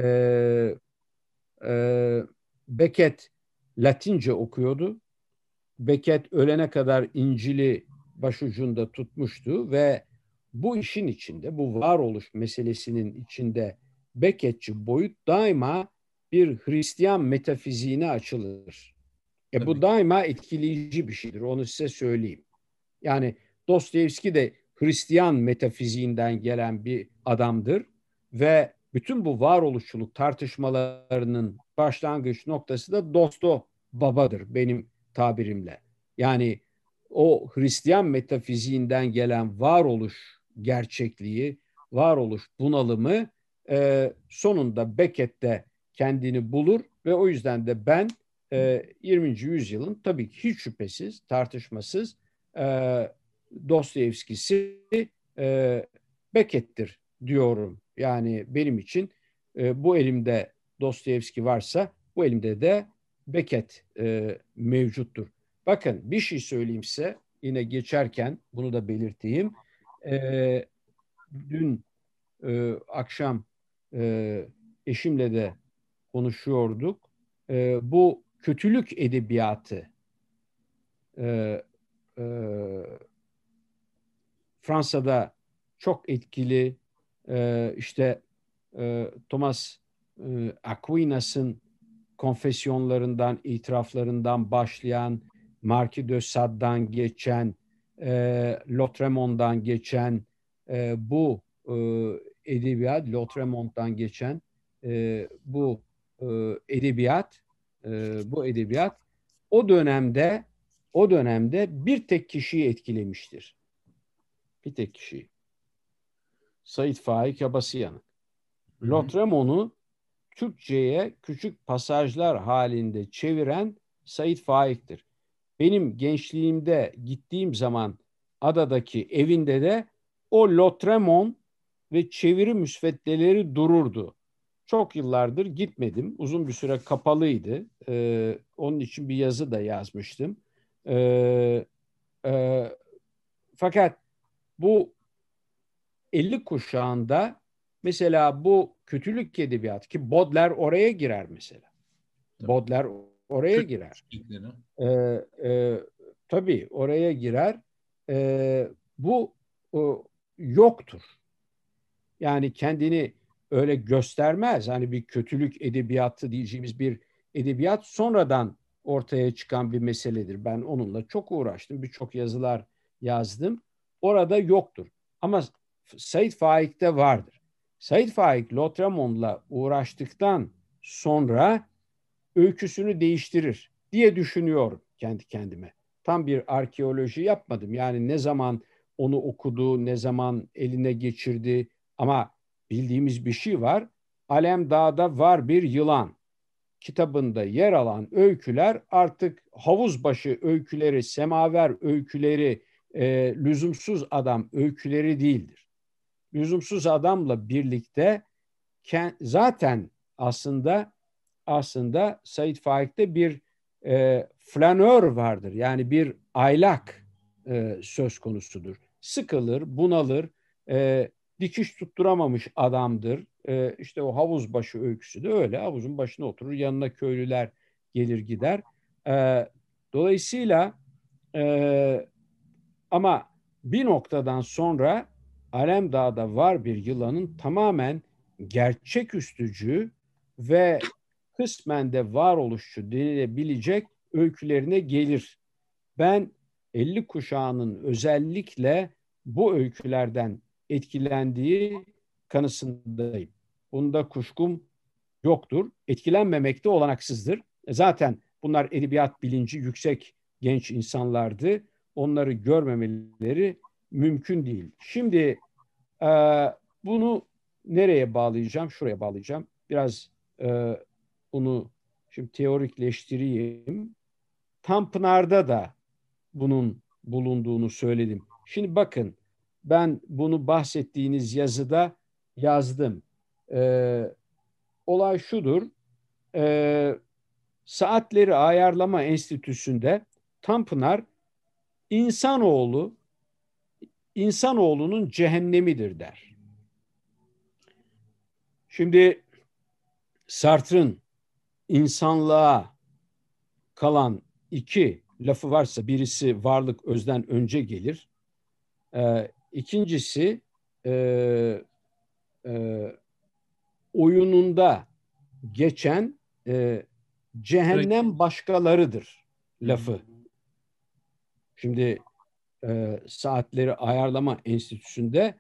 e, Beckett Latince okuyordu. Beckett ölene kadar İncil'i başucunda tutmuştu ve bu işin içinde, bu varoluş meselesinin içinde Beckettçi boyut daima bir Hristiyan metafiziğine açılır. E bu Tabii. daima etkileyici bir şeydir, onu size söyleyeyim. Yani Dostoyevski de Hristiyan metafiziğinden gelen bir adamdır ve bütün bu varoluşçuluk tartışmalarının başlangıç noktası da Dosto babadır benim tabirimle. Yani o Hristiyan metafiziğinden gelen varoluş gerçekliği, varoluş bunalımı e, sonunda Beckett'te kendini bulur ve o yüzden de ben e, yirminci yüzyılın tabii ki hiç şüphesiz, tartışmasız e, Dostoyevski'si e, Beckett'tir diyorum. Yani benim için e, bu elimde Dostoyevski varsa bu elimde de Beckett e, mevcuttur. Bakın bir şey söyleyeyim size yine geçerken bunu da belirteyim. E, dün e, akşam e, eşimle de konuşuyorduk. E, bu kötülük edebiyatı e, e, Fransa'da çok etkili e, işte e, Thomas e, Aquinas'ın konfesyonlarından, itiraflarından başlayan, Marquis de Sade'dan geçen, e, Lautréamont'dan geçen e, bu e, edebiyat, Lautréamont'dan geçen e, bu e, edebiyat, e, bu edebiyat o dönemde o dönemde bir tek kişiyi etkilemiştir. Bir tek kişi. Said Faik Abasıyanık. Lautréamont'u Türkçe'ye küçük pasajlar halinde çeviren Said Faik'tir. Benim gençliğimde gittiğim zaman adadaki evinde de o Lautréamont ve çeviri müsveddeleri dururdu. çok yıllardır gitmedim. Uzun bir süre kapalıydı. Ee, onun için bir yazı da yazmıştım. Ee, e, Fakat bu elli kuşağında mesela bu kötülük edebiyatı ki Baudelaire oraya girer mesela. Tabii. Baudelaire oraya Türk girer. Türkleri. Ee, e, tabii oraya girer. Ee, bu o, yoktur. Yani kendini öyle göstermez. Hani bir kötülük edebiyatı diyeceğimiz bir edebiyat sonradan ortaya çıkan bir meseledir. Ben onunla çok uğraştım. Birçok yazılar yazdım. Orada yoktur. Ama Said Faik'te vardır. Said Faik Lautréamont'la uğraştıktan sonra öyküsünü değiştirir diye düşünüyorum kendi kendime. Tam bir arkeoloji yapmadım. Yani ne zaman onu okudu, ne zaman eline geçirdi ama bildiğimiz bir şey var. Alem Dağ'da var bir yılan kitabında yer alan öyküler artık havuzbaşı öyküleri, semaver öyküleri, e, lüzumsuz adam öyküleri değildir. Lüzumsuz adamla birlikte zaten aslında aslında Said Faik'te bir e, flanör vardır. Yani bir aylak e, söz konusudur. Sıkılır, bunalır, e, dikiş tutturamamış adamdır. E, işte o havuz başı öyküsü de öyle. Havuzun başına oturur, yanına köylüler gelir gider. E, dolayısıyla e, ama bir noktadan sonra Alemdağ'da var bir yılanın tamamen gerçeküstücü ve kısmen de varoluşçu denilebilecek öykülerine gelir. Ben elli kuşağının özellikle bu öykülerden etkilendiği kanısındayım. Bunda kuşkum yoktur. Etkilenmemek de olanaksızdır. Zaten bunlar edebiyat bilinci yüksek genç insanlardı. Onları görmemeleri mümkün değil. Şimdi e, bunu nereye bağlayacağım? Şuraya bağlayacağım. Biraz e, bunu şimdi teorikleştireyim. Tanpınar'da da bunun bulunduğunu söyledim. Şimdi bakın ben bunu bahsettiğiniz yazıda yazdım. E, olay şudur. E, Saatleri Ayarlama Enstitüsü'nde Tanpınar insanoğlu insanoğlunun cehennemidir der. Şimdi Sartre'ın insanlığa kalan iki lafı varsa birisi varlık özden önce gelir. Ee, ikincisi e, e, oyununda geçen e, cehennem başkalarıdır lafı. Şimdi e, Saatleri Ayarlama Enstitüsü'nde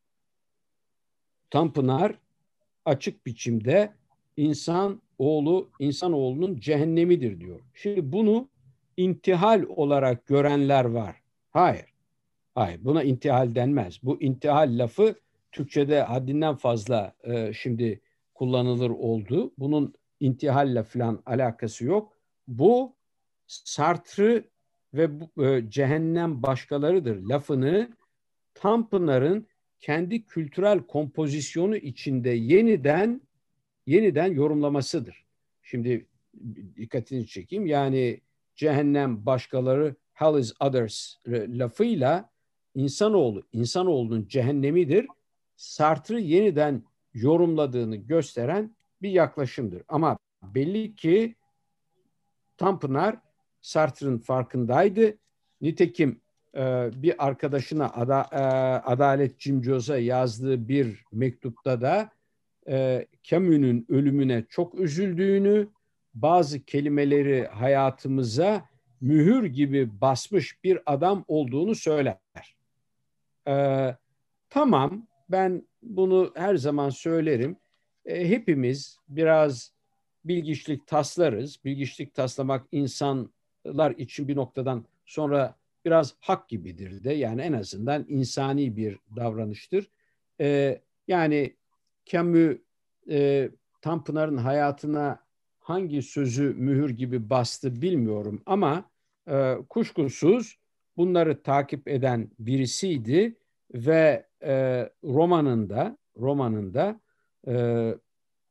Tanpınar açık biçimde insan oğlu insanoğlunun cehennemidir diyor. Şimdi bunu intihal olarak görenler var. Hayır. Hayır. Buna intihal denmez. Bu intihal lafı Türkçe'de haddinden fazla e, şimdi kullanılır oldu. Bunun intihalle falan alakası yok. Bu Sartre ve bu, e, cehennem başkalarıdır lafını Tanpınar'ın kendi kültürel kompozisyonu içinde yeniden yeniden yorumlamasıdır. Şimdi dikkatini çekeyim. Yani cehennem başkaları, hell is others lafıyla insanoğlu, insanoğlunun cehennemidir. Sartre yeniden yorumladığını gösteren bir yaklaşımdır. Ama belli ki Tanpınar Sartre'ın farkındaydı. Nitekim e, bir arkadaşına Ada, e, Adalet Cimcoz'a yazdığı bir mektupta da e, Camus'un ölümüne çok üzüldüğünü, bazı kelimeleri hayatımıza mühür gibi basmış bir adam olduğunu söyler. E, tamam, ben bunu her zaman söylerim. E, hepimiz biraz bilgiçlik taslarız. Bilgiçlik taslamak insanlar için bir noktadan sonra biraz hak gibidir de. Yani en azından insani bir davranıştır. E, yani Camus e, Tanpınar'ın hayatına hangi sözü mühür gibi bastı bilmiyorum ama e, kuşkusuz bunları takip eden birisiydi ve e, romanında romanında e,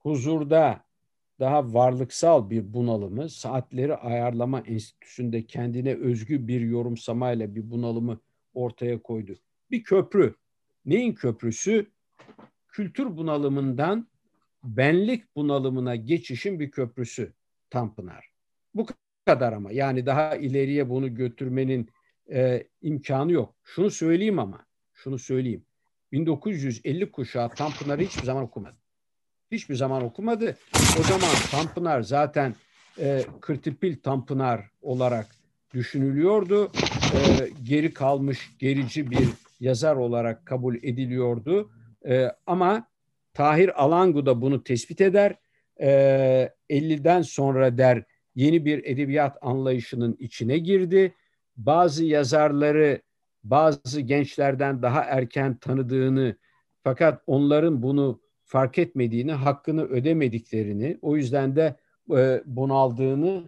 huzurda daha varlıksal bir bunalımı, Saatleri Ayarlama Enstitüsü'nde kendine özgü bir yorumsamayla bir bunalımı ortaya koydu. Bir köprü. Neyin köprüsü? Kültür bunalımından benlik bunalımına geçişin bir köprüsü Tanpınar. Bu kadar ama. Yani daha ileriye bunu götürmenin e, imkanı yok. Şunu söyleyeyim ama, şunu söyleyeyim. bin dokuz yüz elli kuşağı Tanpınar'ı hiçbir zaman okumadı. Hiçbir zaman okumadı. O zaman Tanpınar zaten e, Kırtipil Tanpınar olarak düşünülüyordu. E, geri kalmış, gerici bir yazar olarak kabul ediliyordu. E, ama Tahir Alangu da bunu tespit eder. E, elliden sonra der yeni bir edebiyat anlayışının içine girdi. Bazı yazarları bazı gençlerden daha erken tanıdığını fakat onların bunu fark etmediğini, hakkını ödemediklerini, o yüzden de e, bunaldığını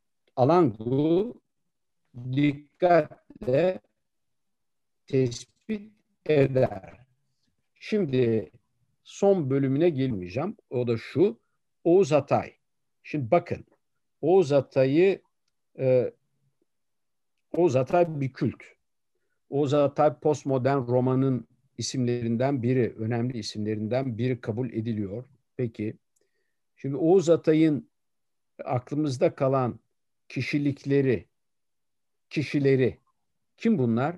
Alangu dikkatle tespit eder. Şimdi son bölümüne gelmeyeceğim. O da şu. Oğuz Atay. Şimdi bakın. Oğuz Atay'ı e, Oğuz Atay bir kült. Oğuz Atay postmodern romanın isimlerinden biri, önemli isimlerinden biri kabul ediliyor. Peki, şimdi Oğuz Atay'ın aklımızda kalan kişilikleri, kişileri kim bunlar?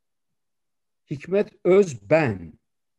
Hikmet Özben.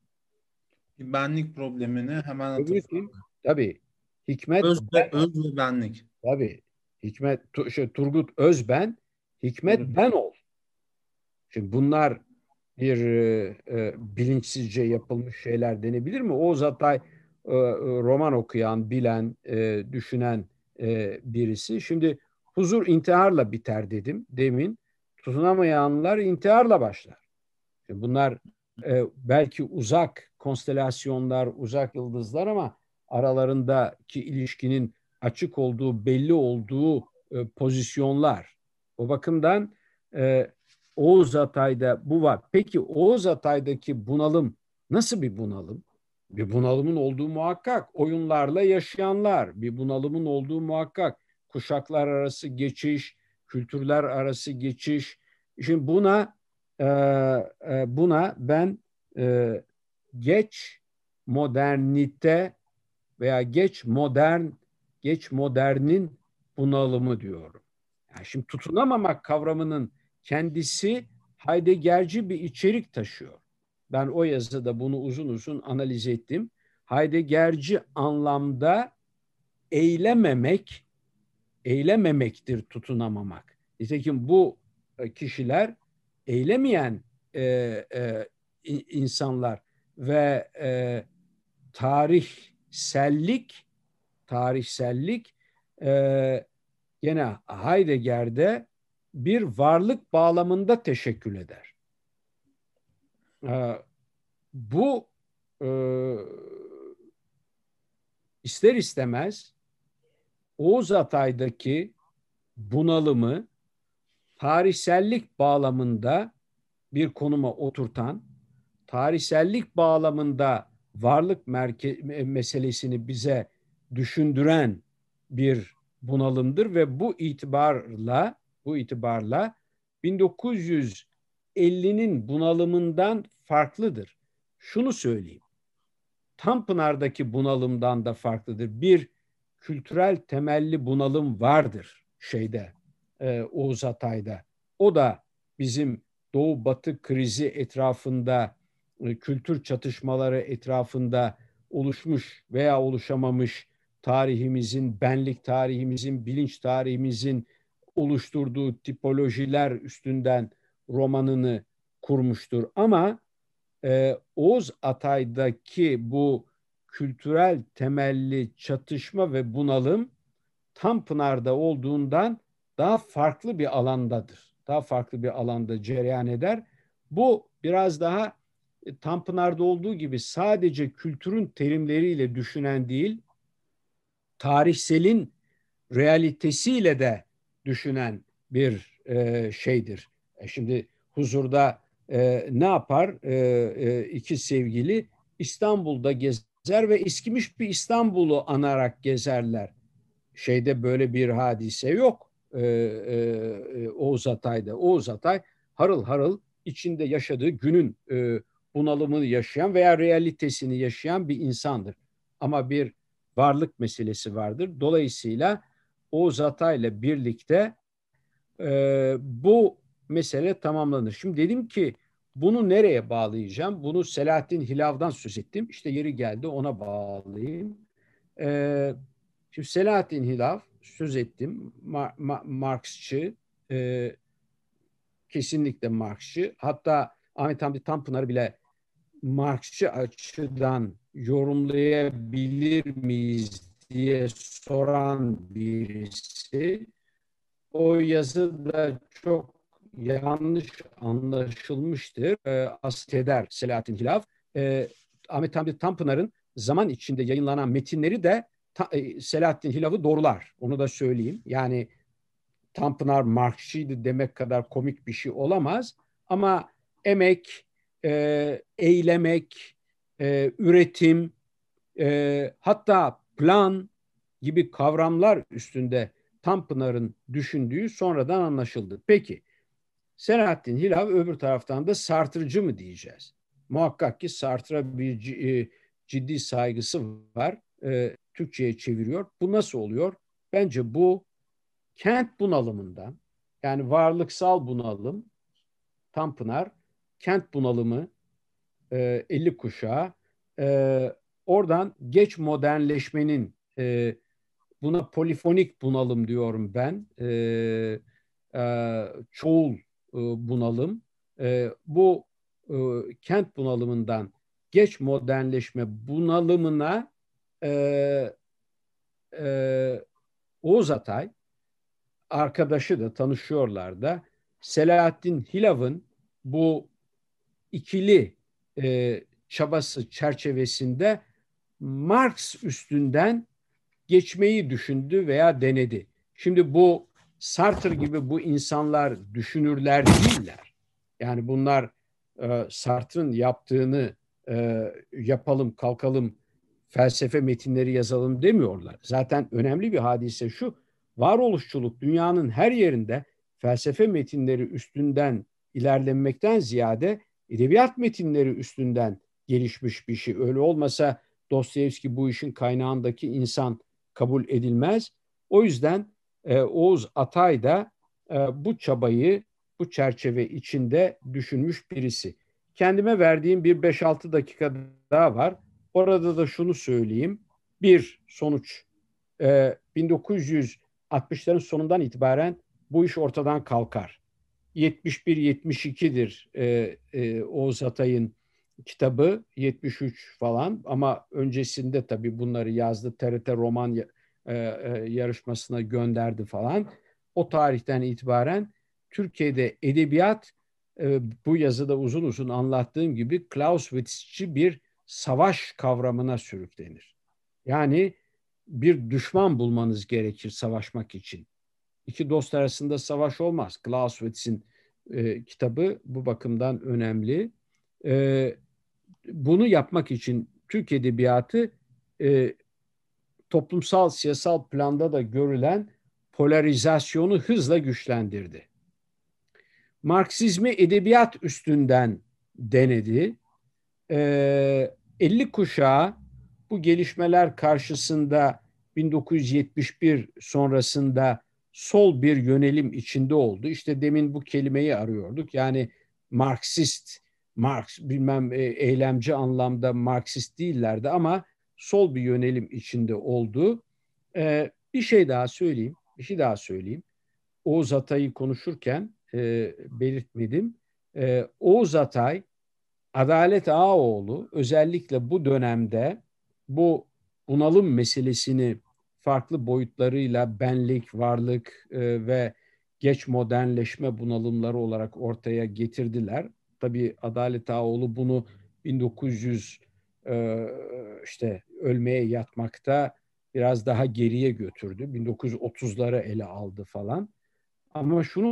Benlik problemini hemen Öbürü atıf. kim? Tabii. Hikmet Öz ve, Ben. öz ve benlik. Tabii. Hikmet Tu- şey, Turgut Özben, Hikmet Evet. Benol. Şimdi bunlar bir e, e, bilinçsizce yapılmış şeyler denebilir mi? Oğuz Atay e, e, roman okuyan, bilen, e, düşünen e, birisi. Şimdi huzur intiharla biter dedim demin. Tutunamayanlar intiharla başlar. Şimdi bunlar e, belki uzak konstelasyonlar, uzak yıldızlar ama aralarındaki ilişkinin açık olduğu, belli olduğu e, pozisyonlar. O bakımdan e, Oğuz Atay'da bu var. Peki Oğuz Atay'daki bunalım nasıl bir bunalım? Bir bunalımın olduğu muhakkak. Oyunlarla yaşayanlar, bir bunalımın olduğu muhakkak. Kuşaklar arası geçiş, kültürler arası geçiş. Şimdi buna e, e, buna ben e, geç modernite veya geç modern geç modernin bunalımı diyorum. Yani şimdi tutunamamak kavramının kendisi Heideggerci bir içerik taşıyor. Ben o yazıda bunu uzun uzun analiz ettim. Heideggerci anlamda eylememek, eylememektir tutunamamak. Nitekim bu e, kişiler eylemeyen e, e, insanlar ve e, tarihsellik tarihsellik e, gene Heidegger'de bir varlık bağlamında teşekkül eder. E, bu e, ister istemez Oğuz Atay'daki bunalımı tarihsellik bağlamında bir konuma oturtan, tarihsellik bağlamında varlık merke- meselesini bize düşündüren bir bunalımdır ve bu itibarla bu itibarla bin dokuz yüz ellinin bunalımından farklıdır. Şunu söyleyeyim. Tanpınar'daki bunalımdan da farklıdır. Bir kültürel temelli bunalım vardır şeyde e, Oğuz Atay'da. O da bizim Doğu Batı krizi etrafında e, kültür çatışmaları etrafında oluşmuş veya oluşamamış tarihimizin, benlik tarihimizin, bilinç tarihimizin oluşturduğu tipolojiler üstünden romanını kurmuştur. Ama e, Oğuz Atay'daki bu kültürel temelli çatışma ve bunalım Tanpınar'da olduğundan daha farklı bir alandadır. Daha farklı bir alanda cereyan eder. Bu biraz daha e, Tanpınar'da olduğu gibi sadece kültürün terimleriyle düşünen değil, tarihselin realitesiyle de düşünen bir e, şeydir. E şimdi huzurda e, ne yapar? E, e, iki sevgili İstanbul'da gezer gezer ve eskimiş bir İstanbul'u anarak gezerler. Şeyde böyle bir hadise yok. Ee, e, Oğuz Atay'da. Oğuz Atay harıl harıl içinde yaşadığı günün e, bunalımını yaşayan veya realitesini yaşayan bir insandır. Ama bir varlık meselesi vardır. Dolayısıyla Oğuz Atay'la birlikte e, bu mesele tamamlanır. Şimdi dedim ki bunu nereye bağlayacağım? Bunu Selahattin Hilav'dan söz ettim. İşte yeri geldi ona bağlayayım. E, Şimdi Selahattin Hilav söz ettim. Mar- Ma- Marksçı, e, kesinlikle Marksçı. Hatta Ahmet Hamdi Tanpınar bile Marksçı açıdan yorumlayabilir miyiz diye soran birisi. O yazı da çok yanlış anlaşılmıştır. E, Asleder Selahattin Hilav. E, Ahmet Hamdi Tanpınar'ın zaman içinde yayınlanan metinleri de ta, e, Selahattin Hilav'ı doğrular. Onu da söyleyeyim. Yani Tanpınar Marksçıydı demek kadar komik bir şey olamaz. Ama emek, e, eylemek, e, üretim, e, hatta plan gibi kavramlar üstünde Tanpınar'ın düşündüğü sonradan anlaşıldı. Peki Selahattin Hilav öbür taraftan da Sartre'cı mı diyeceğiz? Muhakkak ki Sartre'a bir e, ciddi saygısı var. E, Türkçe'ye çeviriyor. Bu nasıl oluyor? Bence bu kent bunalımından, yani varlıksal bunalım, Tanpınar, kent bunalımı, e, elli kuşağı, e, oradan geç modernleşmenin, e, buna polifonik bunalım diyorum ben, e, e, çoğul e, bunalım, e, bu e, kent bunalımından geç modernleşme bunalımına e, e, Oğuz Atay, arkadaşı da tanışıyorlar da, Selahattin Hilav'ın bu ikili e, çabası çerçevesinde Marx üstünden geçmeyi düşündü veya denedi. Şimdi bu Sartre gibi bu insanlar düşünürler değiller. Yani bunlar e, Sartre'ın yaptığını e, yapalım, kalkalım, felsefe metinleri yazalım demiyorlar. Zaten önemli bir hadise şu, varoluşçuluk dünyanın her yerinde felsefe metinleri üstünden ilerlenmekten ziyade edebiyat metinleri üstünden gelişmiş bir şey. Öyle olmasa Dostoyevski bu işin kaynağındaki insan kabul edilmez. O yüzden e, Oğuz Atay da e, bu çabayı bu çerçeve içinde düşünmüş birisi. Kendime verdiğim bir beş altı dakika daha var. Orada da şunu söyleyeyim. Bir sonuç, e, bin dokuz yüz altmışların sonundan itibaren bu iş ortadan kalkar. yetmiş bir yetmiş ikidir e, e, Oğuz Atay'ın kitabı, yetmiş üç falan, ama öncesinde tabii bunları yazdı, T R T roman e, e, yarışmasına gönderdi falan. O tarihten itibaren Türkiye'de edebiyat, e, bu yazıda uzun uzun anlattığım gibi Clausewitz'ci bir savaş kavramına sürüklenir. Yani bir düşman bulmanız gerekir savaşmak için. İki dost arasında savaş olmaz. Clausewitz'in e, kitabı bu bakımdan önemli. E, Bunu yapmak için Türk Edebiyatı e, toplumsal, siyasal planda da görülen polarizasyonu hızla güçlendirdi. Marksizmi edebiyat üstünden denedi. E, elli kuşağı bu gelişmeler karşısında bin dokuz yüz yetmiş bir sonrasında sol bir yönelim içinde oldu. İşte demin bu kelimeyi arıyorduk. Yani Marksist, Marx bilmem e, eylemci anlamda Marksist değillerdi ama sol bir yönelim içinde oldu. Ee, bir şey daha söyleyeyim, bir şey daha söyleyeyim. Oğuz Atay'ı konuşurken e, belirtmedim. E, Oğuz Atay, Adalet Ağaoğlu özellikle bu dönemde bu bunalım meselesini farklı boyutlarıyla benlik, varlık e, ve geç modernleşme bunalımları olarak ortaya getirdiler. Tabii Adalet Ağaoğlu bunu bin dokuz yüz e, işte ölmeye yatmakta biraz daha geriye götürdü. bin dokuz yüz otuzlara ele aldı falan. Ama şunu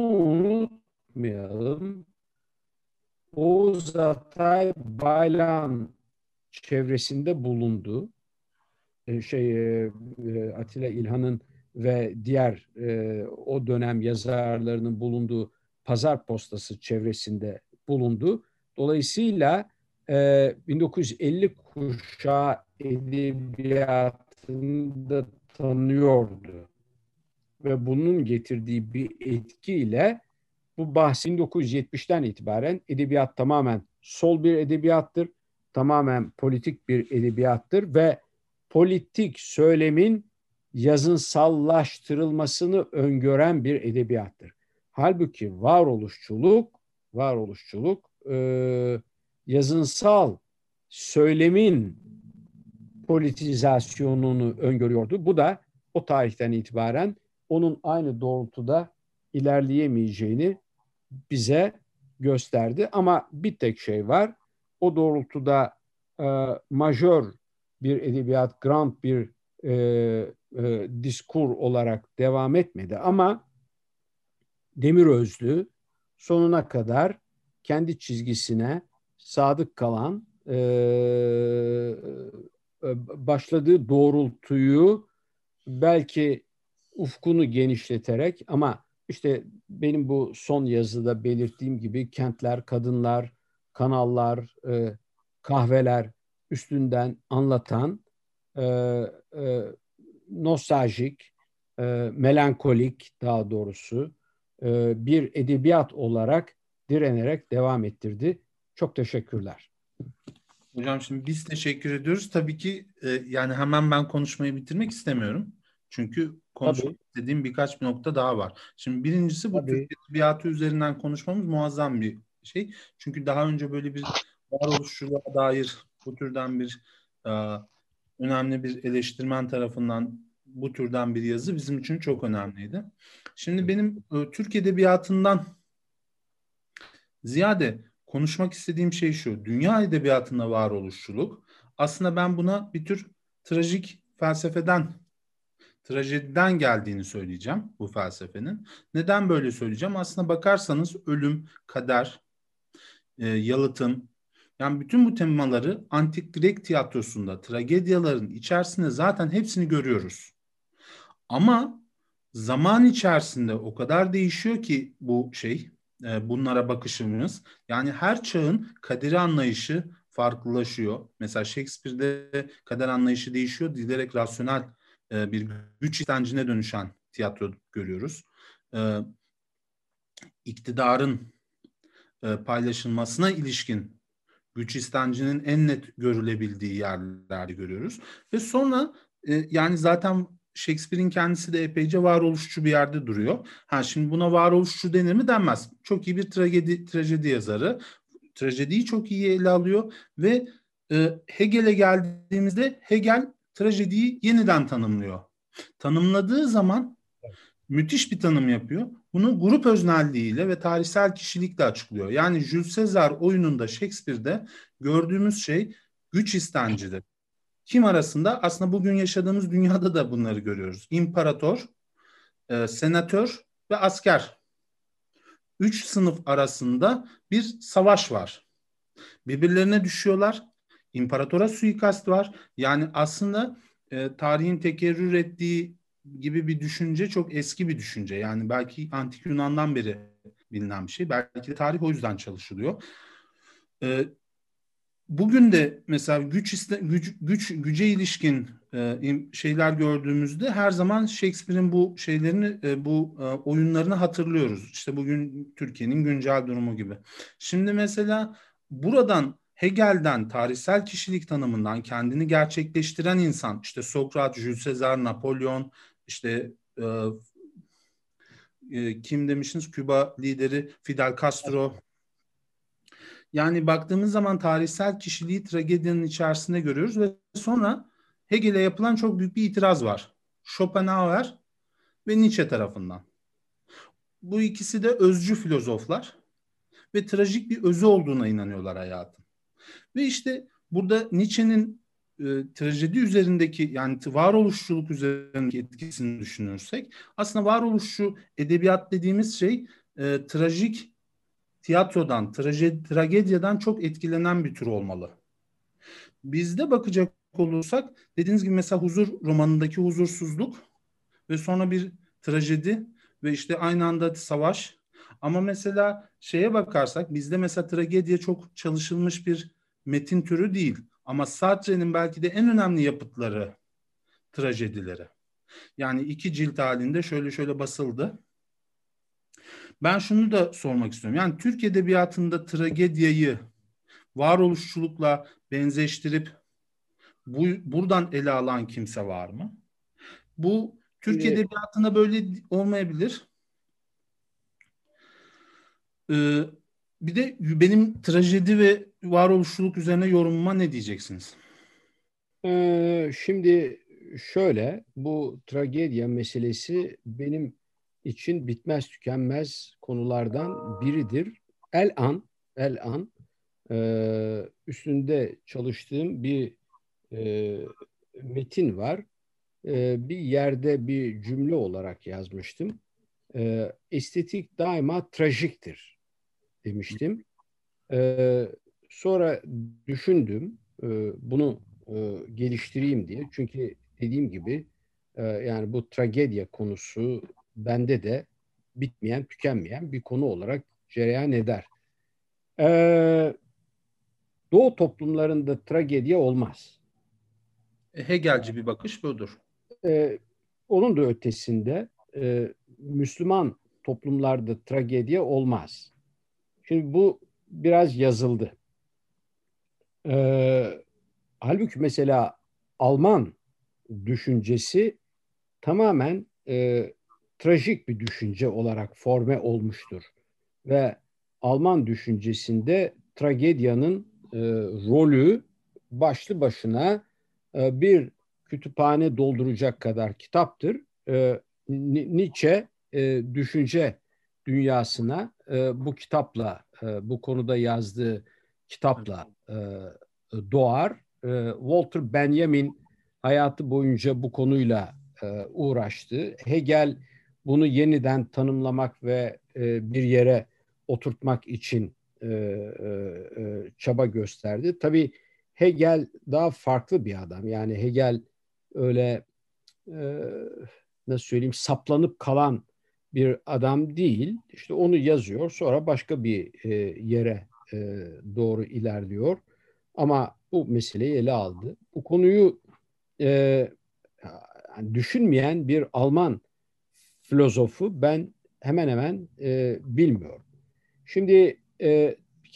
unutmayalım. Oğuz Atay Baylan çevresinde bulunduğu e, şey e, e, Atilla İlhan'ın ve diğer e, o dönem yazarlarının bulunduğu Pazar Postası çevresinde bulundu. Dolayısıyla e, bin dokuz yüz elli kuşağı edebiyatını da tanıyordu. Ve bunun getirdiği bir etkiyle bu bahs bin dokuz yüz yetmişten itibaren edebiyat tamamen sol bir edebiyattır. Tamamen politik bir edebiyattır ve politik söylemin yazınsallaştırılmasını öngören bir edebiyattır. Halbuki varoluşçuluk, varoluşçuluk e, yazınsal söylemin politizasyonunu öngörüyordu. Bu da o tarihten itibaren onun aynı doğrultuda ilerleyemeyeceğini bize gösterdi. Ama bir tek şey var. O doğrultuda e, majör bir edebiyat, grand bir e, e, diskur olarak devam etmedi. Ama Demirözlü sonuna kadar kendi çizgisine sadık kalan, e, başladığı doğrultuyu belki ufkunu genişleterek ama işte benim bu son yazıda belirttiğim gibi kentler, kadınlar, kanallar, e, kahveler üstünden anlatan e, e, nostaljik, e, melankolik daha doğrusu e, bir edebiyat olarak direnerek devam ettirdi. Çok teşekkürler. Hocam şimdi biz teşekkür ediyoruz. Tabii ki e, yani hemen ben konuşmayı bitirmek istemiyorum. Çünkü konuşmak Tabii, istediğim birkaç bir nokta daha var. Şimdi birincisi bu Türk tabii. edebiyatı üzerinden konuşmamız muazzam bir şey. Çünkü daha önce böyle bir varoluşçuluğa dair bu türden bir e, önemli bir eleştirmen tarafından bu türden bir yazı bizim için çok önemliydi. Şimdi benim e, Türk edebiyatından ziyade konuşmak istediğim şey şu. Dünya edebiyatında varoluşçuluk. Aslında ben buna bir tür trajik felsefeden, trajediden geldiğini söyleyeceğim bu felsefenin. Neden böyle söyleyeceğim? Aslında bakarsanız ölüm, kader, e, yalıtım, yani bütün bu temaları antik Grek tiyatrosunda, tragedyaların içerisinde zaten hepsini görüyoruz. Ama zaman içerisinde o kadar değişiyor ki bu şey, e, bunlara bakışımız. Yani her çağın kaderi anlayışı farklılaşıyor. Mesela Shakespeare'de kader anlayışı değişiyor. Giderek rasyonel e, bir güç istencine dönüşen tiyatro görüyoruz. E, iktidarın e, paylaşılmasına ilişkin güç istencinin en net görülebildiği yerlerde görüyoruz. Ve sonra e, yani zaten Shakespeare'in kendisi de epeyce varoluşçu bir yerde duruyor. Ha şimdi buna varoluşçu denir mi denmez. Çok iyi bir tragedi, trajedi yazarı. Trajediyi çok iyi ele alıyor ve e, Hegel'e geldiğimizde Hegel trajediyi yeniden tanımlıyor. Tanımladığı zaman müthiş bir tanım yapıyor. Bunu grup öznelliğiyle ve tarihsel kişilikle açıklıyor. Yani Jules Caesar oyununda Shakespeare'de gördüğümüz şey güç istencidir. Kim arasında? Aslında bugün yaşadığımız dünyada da bunları görüyoruz. İmparator, e, senatör ve asker. Üç sınıf arasında bir savaş var. Birbirlerine düşüyorlar. İmparatora suikast var. Yani aslında e, tarihin tekerrür ettiği gibi bir düşünce çok eski bir düşünce. Yani belki antik Yunan'dan beri bilinen bir şey. Belki de tarih o yüzden çalışılıyor. E, bugün de mesela güç, iste, güç, güç güce ilişkin e, şeyler gördüğümüzde her zaman Shakespeare'in bu şeylerini, e, bu e, oyunlarını hatırlıyoruz. İşte bugün Türkiye'nin güncel durumu gibi. Şimdi mesela buradan Hegel'den, tarihsel kişilik tanımından kendini gerçekleştiren insan, işte Sokrat, Jules Caesar, Napolyon, işte e, e, kim demişsiniz? Küba lideri Fidel Castro. Yani baktığımız zaman tarihsel kişiliği tragedyanın içerisinde görüyoruz ve sonra Hegel'e yapılan çok büyük bir itiraz var. Schopenhauer ve Nietzsche tarafından. Bu ikisi de özcü filozoflar ve trajik bir özü olduğuna inanıyorlar hayatın. Ve işte burada Nietzsche'nin e, trajedi üzerindeki, yani varoluşçuluk üzerindeki etkisini düşünürsek aslında varoluşçu edebiyat dediğimiz şey e, trajik tiyatrodan, trajedi, tragedyadan çok etkilenen bir tür olmalı. Bizde bakacak olursak dediğiniz gibi mesela Huzur romanındaki huzursuzluk ve sonra bir trajedi ve işte aynı anda savaş. Ama mesela şeye bakarsak bizde mesela tragediye çok çalışılmış bir metin türü değil. Ama Sartre'nin belki de en önemli yapıtları trajedileri. Yani iki cilt halinde şöyle şöyle basıldı. Ben şunu da sormak istiyorum. Yani Türk Edebiyatı'nda tragediyi varoluşçulukla benzeştirip bu, buradan ele alan kimse var mı? Bu Türk Şimdi Edebiyatı'nda böyle olmayabilir. Ee, Bir de benim trajedi ve varoluşçuluk üzerine yorumuma ne diyeceksiniz? Ee, şimdi şöyle, bu tragedya meselesi benim için bitmez tükenmez konulardan biridir. El an, el an e, üstünde çalıştığım bir e, metin var. E, bir yerde bir cümle olarak yazmıştım. E, estetik daima trajiktir demiştim. E, Sonra düşündüm e, bunu e, geliştireyim diye. Çünkü dediğim gibi e, yani bu tragedya konusu bende de bitmeyen, tükenmeyen bir konu olarak cereyan eder. E, Doğu toplumlarında tragedya olmaz. E, Hegelci bir bakış budur. E, Onun da ötesinde e, Müslüman toplumlarda tragedya olmaz. Şimdi bu biraz yazıldı. E, Halbuki mesela Alman düşüncesi tamamen e, trajik bir düşünce olarak forme olmuştur. Ve Alman düşüncesinde tragedyanın e, rolü başlı başına e, bir kütüphane dolduracak kadar kitaptır. E, Nietzsche e, düşünce dünyasına e, bu kitapla, e, bu konuda yazdığı kitapla e, doğar. E, Walter Benjamin hayatı boyunca bu konuyla e, uğraştı. Hegel bunu yeniden tanımlamak ve e, bir yere oturtmak için e, e, çaba gösterdi. Tabii Hegel daha farklı bir adam. Yani Hegel öyle e, nasıl söyleyeyim saplanıp kalan bir adam değil. İşte onu yazıyor, sonra başka bir e, yere e, doğru ilerliyor. Ama bu meseleyi ele aldı. Bu konuyu e, düşünmeyen bir Alman filozofu ben hemen hemen e, bilmiyorum. Şimdi e,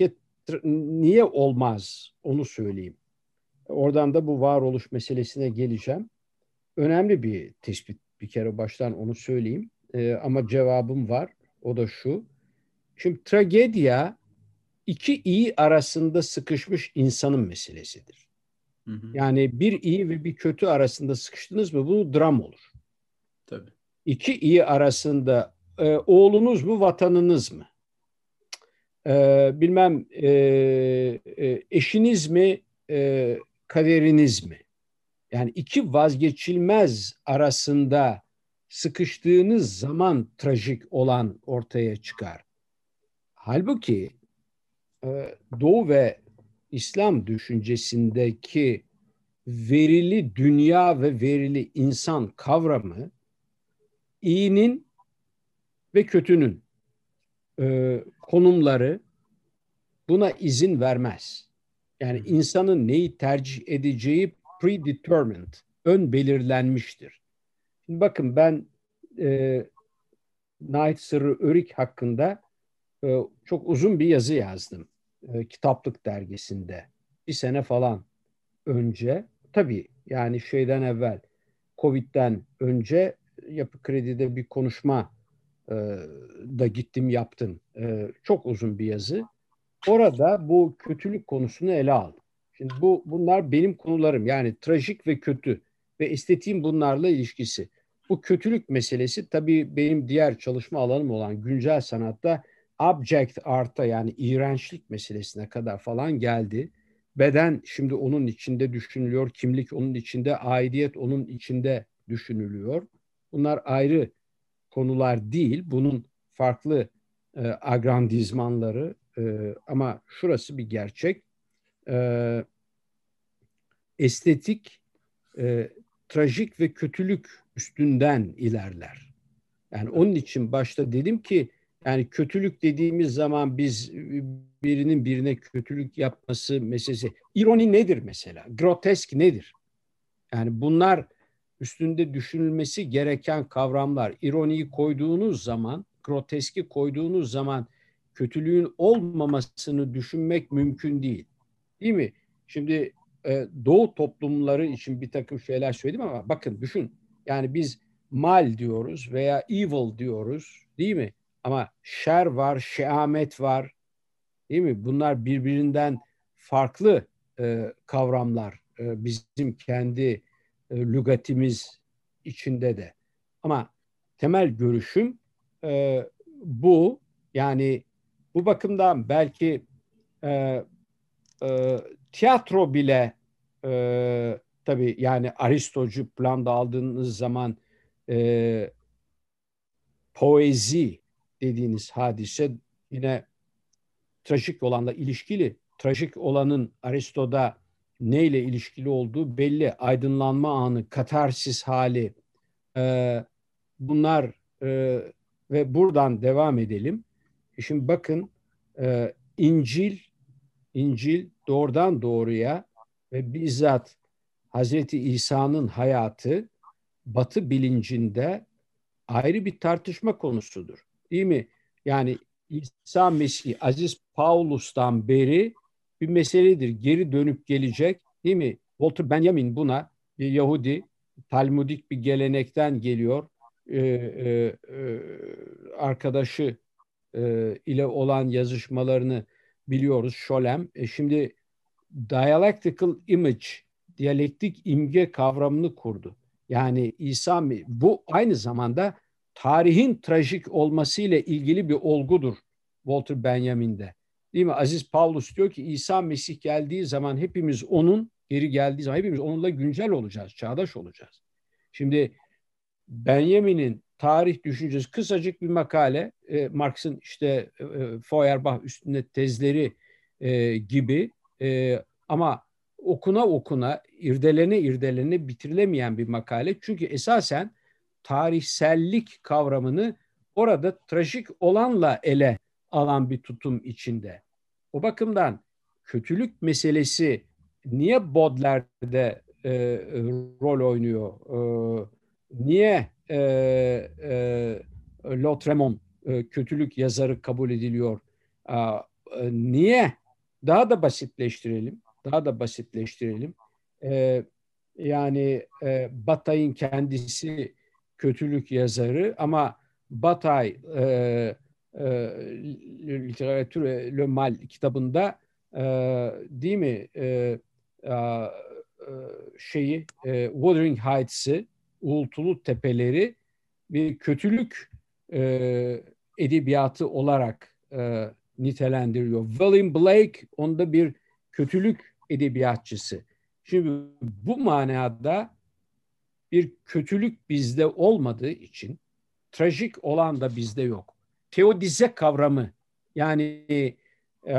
niye olmaz onu söyleyeyim. Oradan da bu varoluş meselesine geleceğim. Önemli bir tespit bir kere baştan onu söyleyeyim. E, ama cevabım var. O da şu. Şimdi tragedya iki iyi arasında sıkışmış insanın meselesidir. Hı hı, Yani bir iyi ve bir kötü arasında sıkıştınız mı bu dram olur. tabii. İki iyi arasında e, oğlunuz mu vatanınız mı? E, bilmem e, e, eşiniz mi e, kaderiniz mi? Yani iki vazgeçilmez arasında sıkıştığınız zaman trajik olan ortaya çıkar. Halbuki e, Doğu ve İslam düşüncesindeki verili dünya ve verili insan kavramı iyinin ve kötünün e, konumları buna izin vermez. Hı Yani hı, insanın neyi tercih edeceği predetermined, ön belirlenmiştir. Şimdi bakın ben e, Nait Sırrı Örik hakkında e, çok uzun bir yazı yazdım. E, Kitaplık dergisinde. Bir sene falan önce. Tabii yani şeyden evvel, Covid'den önce Yapı Kredi'de bir konuşma e, da gittim yaptım. E, çok uzun bir yazı. Orada bu kötülük konusunu ele aldım. Şimdi bu bunlar benim konularım. Yani trajik ve kötü ve estetiğin bunlarla ilişkisi. Bu kötülük meselesi tabii benim diğer çalışma alanım olan güncel sanatta abject art'a yani iğrençlik meselesine kadar falan geldi. Beden şimdi onun içinde düşünülüyor, kimlik onun içinde, aidiyet onun içinde düşünülüyor. Bunlar ayrı konular değil. Bunun farklı e, agrandizmanları e, ama şurası bir gerçek. E, estetik, e, trajik ve kötülük üstünden ilerler. Yani onun için başta dedim ki yani kötülük dediğimiz zaman biz birinin birine kötülük yapması meselesi. İroni nedir mesela? Grotesk nedir? Yani bunlar üstünde düşünülmesi gereken kavramlar. İroniyi koyduğunuz zaman, groteski koyduğunuz zaman kötülüğün olmamasını düşünmek mümkün değil. Değil mi? Şimdi e, Doğu toplumları için bir takım şeyler söyledim ama bakın düşün. Yani biz mal diyoruz veya evil diyoruz, değil mi? Ama şer var, şehamet var, değil mi? Bunlar birbirinden farklı e, kavramlar e, bizim kendi e, lügatimiz içinde de. Ama temel görüşüm e, bu. Yani bu bakımdan belki e, e, tiyatro bile e, tabii yani Aristocu planda aldığınız zaman e, poezi dediğiniz hadise yine trajik olanla ilişkili. Trajik olanın Aristo'da neyle ilişkili olduğu belli. Aydınlanma anı, katarsis hali. E, bunlar e, ve buradan devam edelim. Şimdi bakın e, İncil, İncil doğrudan doğruya ve bizzat Hazreti İsa'nın hayatı Batı bilincinde ayrı bir tartışma konusudur. Değil mi? Yani İsa Mesih, Aziz Paulus'tan beri bir meseledir. Geri dönüp gelecek. Değil mi? Walter Benjamin buna bir Yahudi, Talmudik bir gelenekten geliyor. Ee, e, e, arkadaşı e, ile olan yazışmalarını biliyoruz. Scholem. E, şimdi dialectical image, diyalektik imge kavramını kurdu. Yani İsa bu aynı zamanda tarihin trajik olması ile ilgili bir olgudur Walter Benjamin'de. Değil mi? Aziz Paulus diyor ki İsa Mesih geldiği zaman hepimiz onun, geri geldiği zaman hepimiz onunla güncel olacağız, çağdaş olacağız. Şimdi Benjamin'in tarih düşüncesi kısacık bir makale, e, Marx'ın işte e, Feuerbach üstünde tezleri e, gibi e, ama okuna okuna, irdelene irdelene bitirilemeyen bir makale. Çünkü esasen tarihsellik kavramını orada trajik olanla ele alan bir tutum içinde. O bakımdan kötülük meselesi niye Baudelaire'de e, rol oynuyor? E, niye e, e, Lautréamont e, kötülük yazarı kabul ediliyor? E, niye? Daha da basitleştirelim. Daha da basitleştirelim. E, yani e, Bataille'in kendisi kötülük yazarı ama Bataille e, e, Literatür Le Mal kitabında e, değil mi e, e, şeyi e, Wuthering Heights'ı, Uğultulu Tepeleri bir kötülük e, edebiyatı olarak e, nitelendiriyor. William Blake onda bir kötülük edebiyatçısı. Şimdi bu manada bir kötülük bizde olmadığı için trajik olan da bizde yok. Teodize kavramı yani e,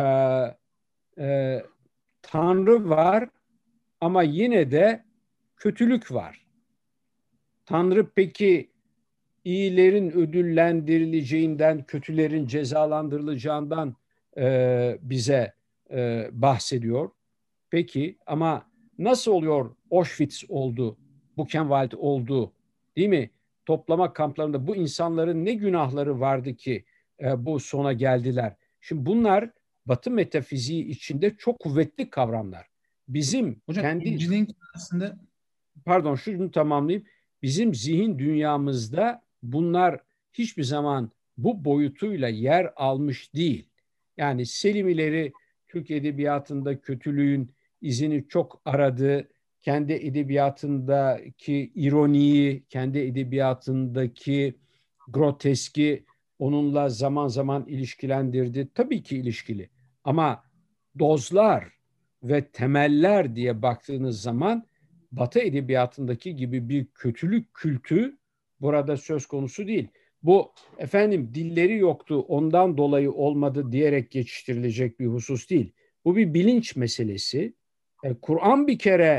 e, Tanrı var ama yine de kötülük var. Tanrı peki iyilerin ödüllendirileceğinden, kötülerin cezalandırılacağından e, bize e, bahsediyor. Peki ama nasıl oluyor Auschwitz oldu, Buchenwald oldu, değil mi? Toplama kamplarında bu insanların ne günahları vardı ki e, bu sona geldiler? Şimdi bunlar Batı metafiziği içinde çok kuvvetli kavramlar. Bizim Hocam kendi İncil'in kendisinde pardon şunu tamamlayayım. Bizim zihin dünyamızda bunlar hiçbir zaman bu boyutuyla yer almış değil. Yani Selimileri Türk edebiyatında kötülüğün izini çok aradı. Kendi edebiyatındaki ironiyi, kendi edebiyatındaki groteski onunla zaman zaman ilişkilendirdi. Tabii ki ilişkili. Ama dozlar ve temeller diye baktığınız zaman Batı edebiyatındaki gibi bir kötülük kültü burada söz konusu değil. Bu efendim dilleri yoktu ondan dolayı olmadı diyerek geçiştirilecek bir husus değil. Bu bir bilinç meselesi. E, Kur'an bir kere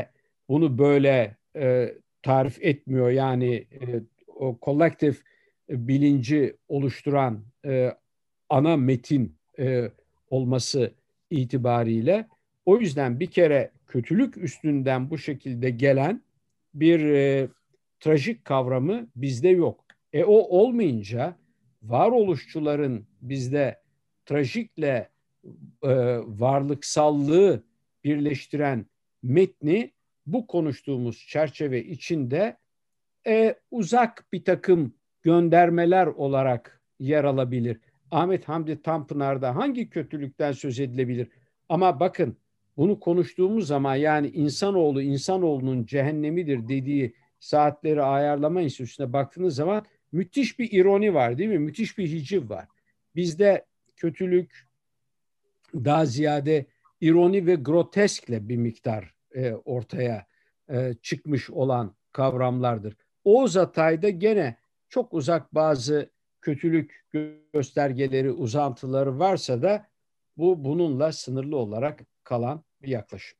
bunu böyle e, tarif etmiyor. Yani e, o kolektif bilinci oluşturan e, ana metin e, olması itibariyle. O yüzden bir kere kötülük üstünden bu şekilde gelen bir e, trajik kavramı bizde yok. E o olmayınca varoluşçuların bizde trajikle e, varlıksallığı birleştiren metni bu konuştuğumuz çerçeve içinde e, uzak bir takım göndermeler olarak yer alabilir. Ahmet Hamdi Tanpınar'da hangi kötülükten söz edilebilir? Ama bakın bunu konuştuğumuz zaman yani insanoğlu insanoğlunun cehennemidir dediği saatleri ayarlama enstitüsüne baktığınız zaman müthiş bir ironi var değil mi? Müthiş bir hiciv var. Bizde kötülük daha ziyade ironi ve groteskle bir miktar e, ortaya e, çıkmış olan kavramlardır. Oğuz Atay'da gene çok uzak bazı kötülük göstergeleri, uzantıları varsa da bu bununla sınırlı olarak kalan bir yaklaşım.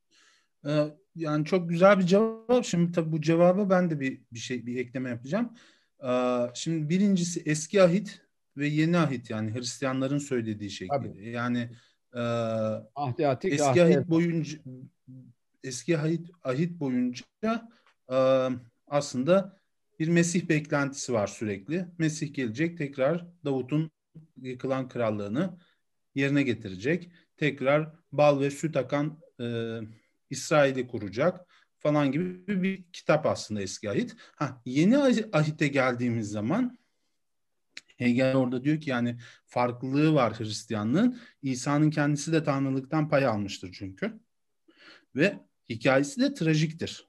Ee, Yani çok güzel bir cevap. Şimdi tabii bu cevaba ben de bir bir şey bir ekleme yapacağım. Ee, Şimdi birincisi eski ahit ve yeni ahit, yani Hristiyanların söylediği Tabii. şekliyle. Yani e, Ahdi Atik, eski Ahdi ahit Esad. boyunca eski ahit, ahit boyunca e, aslında bir Mesih beklentisi var sürekli. Mesih gelecek, tekrar Davut'un yıkılan krallığını yerine getirecek. Tekrar bal ve süt akan e, İsrail'i kuracak falan gibi bir kitap aslında eski ahit. Ha, yeni ahite geldiğimiz zaman Hegel orada diyor ki yani farklılığı var Hristiyanlığın. İsa'nın kendisi de tanrılıktan pay almıştır çünkü. Ve hikayesi de trajiktir.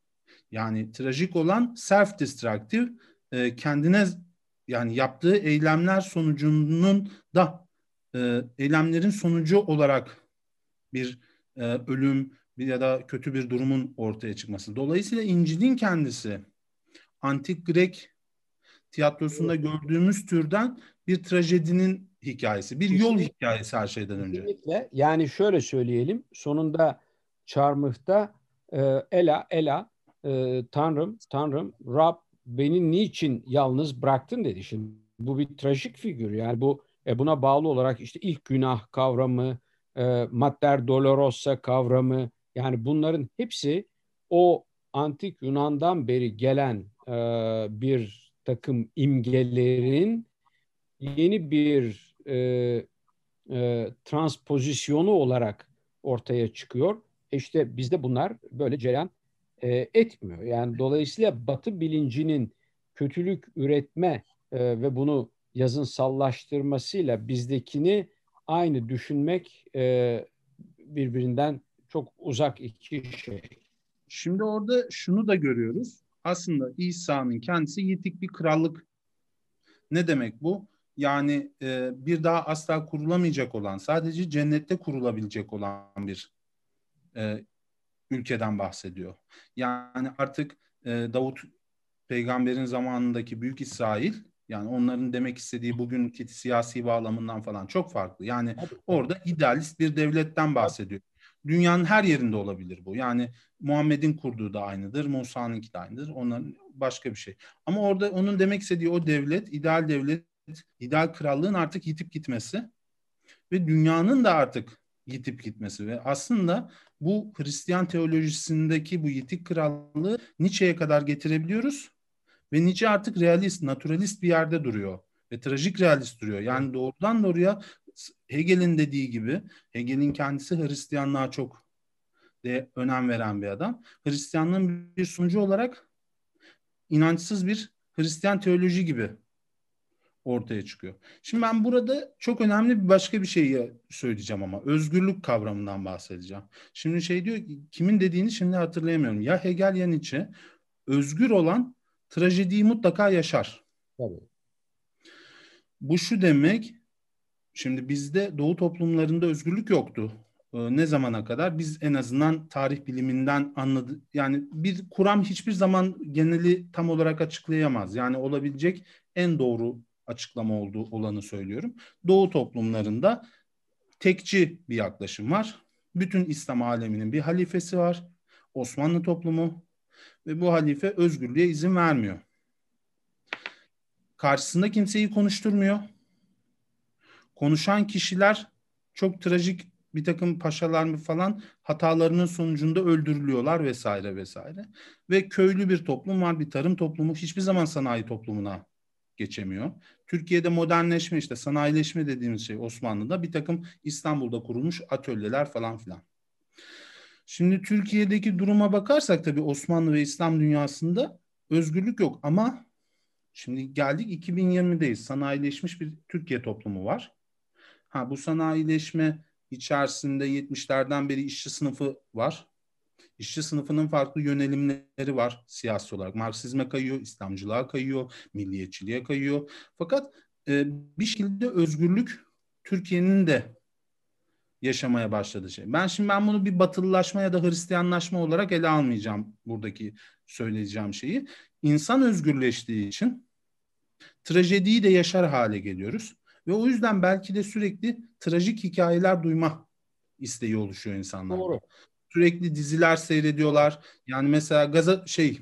Yani trajik olan self-destructive, e, kendine yani yaptığı eylemler sonucunun da e, eylemlerin sonucu olarak bir e, ölüm bir ya da kötü bir durumun ortaya çıkması. Dolayısıyla İncil'in kendisi antik Grek tiyatrosunda gördüğümüz türden bir trajedinin hikayesi, bir yol Kesinlikle. hikayesi her şeyden önce. Kesinlikle. Yani şöyle söyleyelim. Sonunda Çarmıh'ta e, Ela, Ela, e, Tanrım, Tanrım, Rab beni niçin yalnız bıraktın dedi. Şimdi bu bir trajik figür. Yani bu e, buna bağlı olarak işte ilk günah kavramı, e, Mater Dolorosa kavramı, yani bunların hepsi o antik Yunan'dan beri gelen e, bir takım imgelerin yeni bir e, e, transpozisyonu olarak ortaya çıkıyor. E İşte bizde bunlar böyle cereyan e, etmiyor. Yani dolayısıyla Batı bilincinin kötülük üretme e, ve bunu yazınsallaştırmasıyla bizdekini aynı düşünmek e, birbirinden çok uzak iki şey. Şimdi orada şunu da görüyoruz. Aslında İsa'nın kendisi yitik bir krallık. Ne demek bu? Yani e, bir daha asla kurulamayacak olan, sadece cennette kurulabilecek olan bir e, ülkeden bahsediyor. Yani artık e, Davut peygamberin zamanındaki Büyük İsrail, yani onların demek istediği bugünkü siyasi bağlamından falan çok farklı. Yani Tabii, tabii. orada idealist bir devletten bahsediyor. Dünyanın her yerinde olabilir bu. Yani Muhammed'in kurduğu da aynıdır, Musa'nınki de aynıdır. Onların başka bir şey. Ama orada onun demek istediği o devlet, ideal devlet, ideal krallığın artık yitip gitmesi ve dünyanın da artık yitip gitmesi ve aslında bu Hristiyan teolojisindeki bu yitik krallığı Nietzsche'ye kadar getirebiliyoruz ve Nietzsche artık realist, naturalist bir yerde duruyor ve trajik realist duruyor. Yani doğrudan doğruya Hegel'in dediği gibi, Hegel'in kendisi Hristiyanlığa çok de önem veren bir adam. Hristiyanlığın bir sunucu olarak inançsız bir Hristiyan teoloji gibi ortaya çıkıyor. Şimdi ben burada çok önemli bir başka bir şey söyleyeceğim ama özgürlük kavramından bahsedeceğim. Şimdi şey diyor ki, kimin dediğini şimdi hatırlayamıyorum. Ya Hegel ya Nietzsche, özgür olan trajediyi mutlaka yaşar. Tabii. Bu şu demek, şimdi bizde Doğu toplumlarında özgürlük yoktu. Ee, ne zamana kadar? Biz en azından tarih biliminden anladık. Yani bir kuram hiçbir zaman geneli tam olarak açıklayamaz. Yani olabilecek en doğru açıklama olduğu olanı söylüyorum. Doğu toplumlarında tekçi bir yaklaşım var. Bütün İslam aleminin bir halifesi var. Osmanlı toplumu ve bu halife özgürlüğe izin vermiyor. Karşısında kimseyi konuşturmuyor. Konuşan kişiler çok trajik bir takım paşalar mı falan hatalarının sonucunda öldürülüyorlar vesaire vesaire. Ve köylü bir toplum var, bir tarım toplumu hiçbir zaman sanayi toplumuna geçemiyor. Türkiye'de modernleşme işte sanayileşme dediğimiz şey Osmanlı'da bir takım İstanbul'da kurulmuş atölyeler falan filan. Şimdi Türkiye'deki duruma bakarsak tabii Osmanlı ve İslam dünyasında özgürlük yok ama şimdi geldik iki bin yirmideyiz. Sanayileşmiş bir Türkiye toplumu var. Ha, bu sanayileşme içerisinde yetmişlerden beri işçi sınıfı var. İşçi sınıfının farklı yönelimleri var siyasi olarak. Marksizme kayıyor, İslamcılığa kayıyor, milliyetçiliğe kayıyor. Fakat e, bir şekilde özgürlük Türkiye'nin de yaşamaya başladığı şey. Ben şimdi ben bunu bir batılılaşma ya da Hristiyanlaşma olarak ele almayacağım buradaki söyleyeceğim şeyi. İnsan özgürleştiği için trajediyi de yaşar hale geliyoruz. Ve o yüzden belki de sürekli trajik hikayeler duyma isteği oluşuyor insanlarda. Doğru. Sürekli diziler seyrediyorlar. Yani mesela gaza şey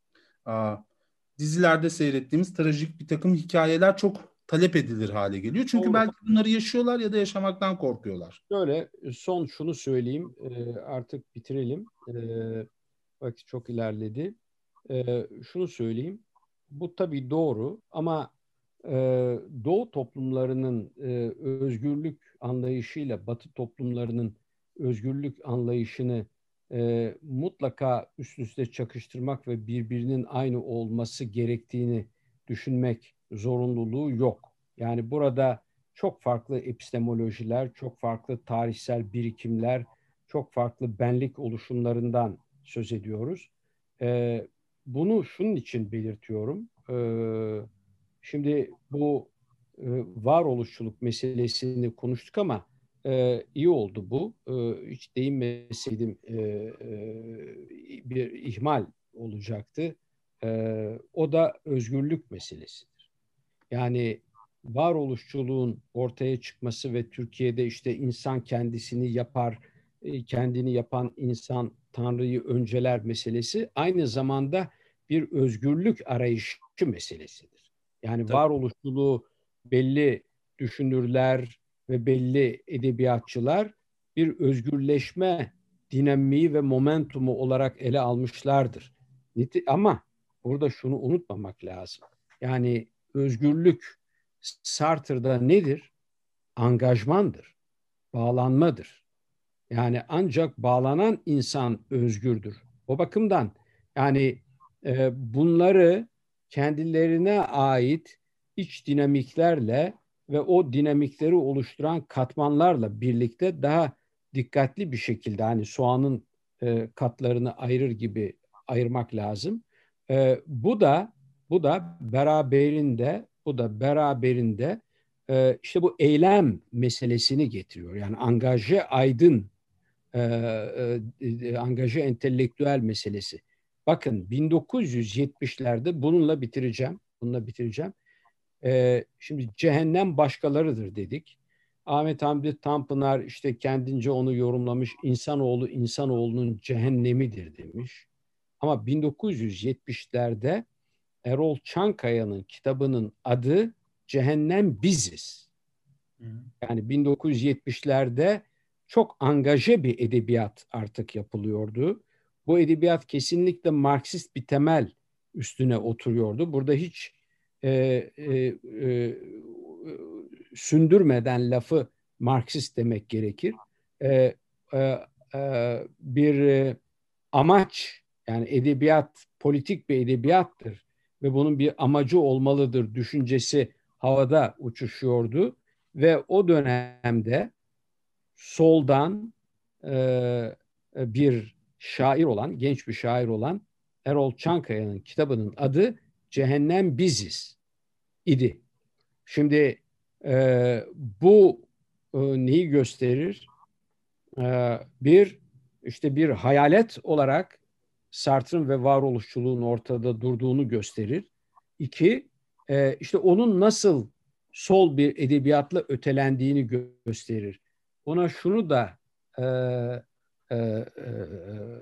a, dizilerde seyrettiğimiz trajik bir takım hikayeler çok talep edilir hale geliyor. Çünkü Doğru. belki bunları yaşıyorlar ya da yaşamaktan korkuyorlar. Şöyle son şunu söyleyeyim, e, artık bitirelim. E, vakit çok ilerledi. E, şunu söyleyeyim, bu tabii doğru ama e, Doğu toplumlarının e, özgürlük anlayışıyla Batı toplumlarının özgürlük anlayışını e, mutlaka üst üste çakıştırmak ve birbirinin aynı olması gerektiğini düşünmek zorunluluğu yok. Yani burada çok farklı epistemolojiler, çok farklı tarihsel birikimler, çok farklı benlik oluşumlarından söz ediyoruz. Ee, bunu şunun için belirtiyorum. Ee, şimdi bu e, varoluşçuluk meselesini konuştuk ama e, iyi oldu bu. E, hiç değinmeseydim e, e, bir ihmal olacaktı. E, o da özgürlük meselesidir. Yani varoluşçuluğun ortaya çıkması ve Türkiye'de işte insan kendisini yapar, e, kendini yapan insan Tanrı'yı önceler meselesi aynı zamanda bir özgürlük arayışı meselesidir. Yani Tabii. varoluşçuluğu belli düşünürler ve belli edebiyatçılar bir özgürleşme dinamiği ve momentumu olarak ele almışlardır. Ama burada şunu unutmamak lazım. Yani özgürlük Sartre'da nedir? Angajmandır, bağlanmadır. Yani ancak bağlanan insan özgürdür. O bakımdan yani e, bunları kendilerine ait iç dinamiklerle ve o dinamikleri oluşturan katmanlarla birlikte daha dikkatli bir şekilde hani soğanın e, katlarını ayırır gibi ayırmak lazım. E, bu da bu da beraberinde bu da beraberinde e, işte bu eylem meselesini getiriyor. Yani angaje aydın e, e, angaje entelektüel meselesi. Bakın bin dokuz yüz yetmişlerde bununla bitireceğim. Bununla bitireceğim. E, şimdi cehennem başkalarıdır dedik. Ahmet Hamdi Tanpınar işte kendince onu yorumlamış. İnsanoğlu insanoğlunun cehennemidir demiş. Ama bin dokuz yüz yetmişlerde Erol Çankaya'nın kitabının adı Cehennem Biziz. Yani bin dokuz yüz yetmişlerde çok angaje bir edebiyat artık yapılıyordu. Bu edebiyat kesinlikle Marksist bir temel üstüne oturuyordu. Burada hiç e, e, e, sündürmeden lafı Marksist demek gerekir. E, e, e, bir e, amaç yani edebiyat politik bir edebiyattır ve bunun bir amacı olmalıdır düşüncesi havada uçuşuyordu ve o dönemde soldan e, bir şair olan, genç bir şair olan Erol Çankaya'nın kitabının adı Cehennem Biziz idi. Şimdi e, bu e, neyi gösterir? E, bir işte bir hayalet olarak Sartre'ın ve varoluşçuluğun ortada durduğunu gösterir. İki, e, işte onun nasıl sol bir edebiyatla ötelendiğini gösterir. Ona şunu da e, e, e,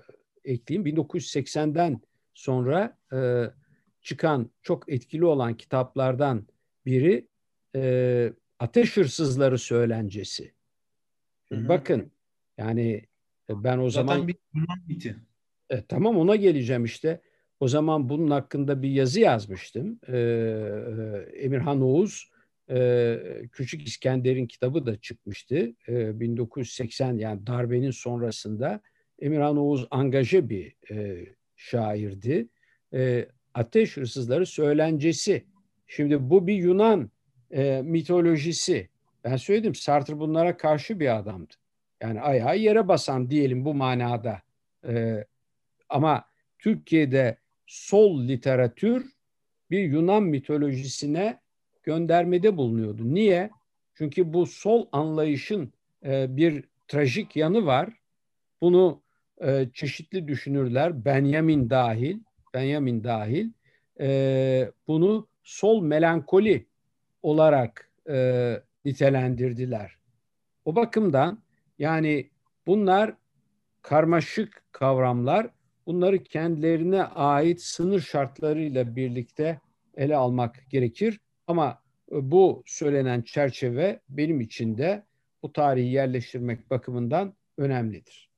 ekleyeyim. bin dokuz yüz seksenden sonra e, çıkan çok etkili olan kitaplardan biri e, Ateş Hırsızları Söylencesi. Hı hı. Bakın yani e, ben o Zaten zaman bir Yunan miti. e, tamam ona geleceğim işte. O zaman bunun hakkında bir yazı yazmıştım. E, e, Emirhan Oğuz e, Küçük İskender'in kitabı da çıkmıştı. E, bin dokuz yüz seksen yani darbenin sonrasında Emirhan Oğuz angaje bir e, şairdi. E, Ateş Hırsızları Söylencesi. Şimdi bu bir Yunan e, mitolojisi. Ben söyledim Sartre bunlara karşı bir adamdı. Yani ayağı yere basan diyelim bu manada. E, ama Türkiye'de sol literatür bir Yunan mitolojisine göndermede bulunuyordu. Niye? Çünkü bu sol anlayışın e, bir trajik yanı var. Bunu e, çeşitli düşünürler, Benjamin dahil, Benjamin dahil, e, bunu sol melankoli olarak e, nitelendirdiler. O bakımdan yani bunlar karmaşık kavramlar. Bunları kendilerine ait sınır şartlarıyla birlikte ele almak gerekir. Ama bu söylenen çerçeve benim için de bu tarihi yerleştirmek bakımından önemlidir.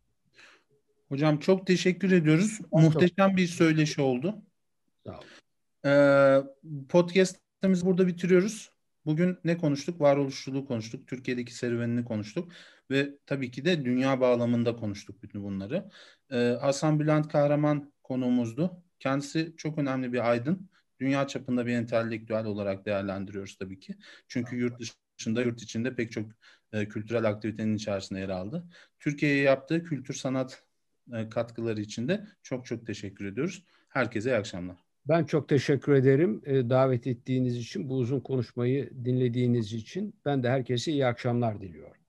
Hocam çok teşekkür ediyoruz. Ben çok Muhteşem bir söyleşi oldu. sağ olun. Ee, podcast'ımızı burada bitiriyoruz. Bugün ne konuştuk? Varoluşçuluğu konuştuk. Türkiye'deki serüvenini konuştuk. Ve tabii ki de dünya bağlamında konuştuk bütün bunları. Ee, Hasan Bülent Kahraman konuğumuzdu. Kendisi çok önemli bir aydın. Dünya çapında bir entelektüel olarak değerlendiriyoruz tabii ki. Çünkü yurt dışında, yurt içinde pek çok e, kültürel aktivitenin içerisinde yer aldı. Türkiye'ye yaptığı kültür sanat e, katkıları için de çok çok teşekkür ediyoruz. Herkese iyi akşamlar. Ben çok teşekkür ederim e, davet ettiğiniz için, bu uzun konuşmayı dinlediğiniz için. Ben de herkese iyi akşamlar diliyorum.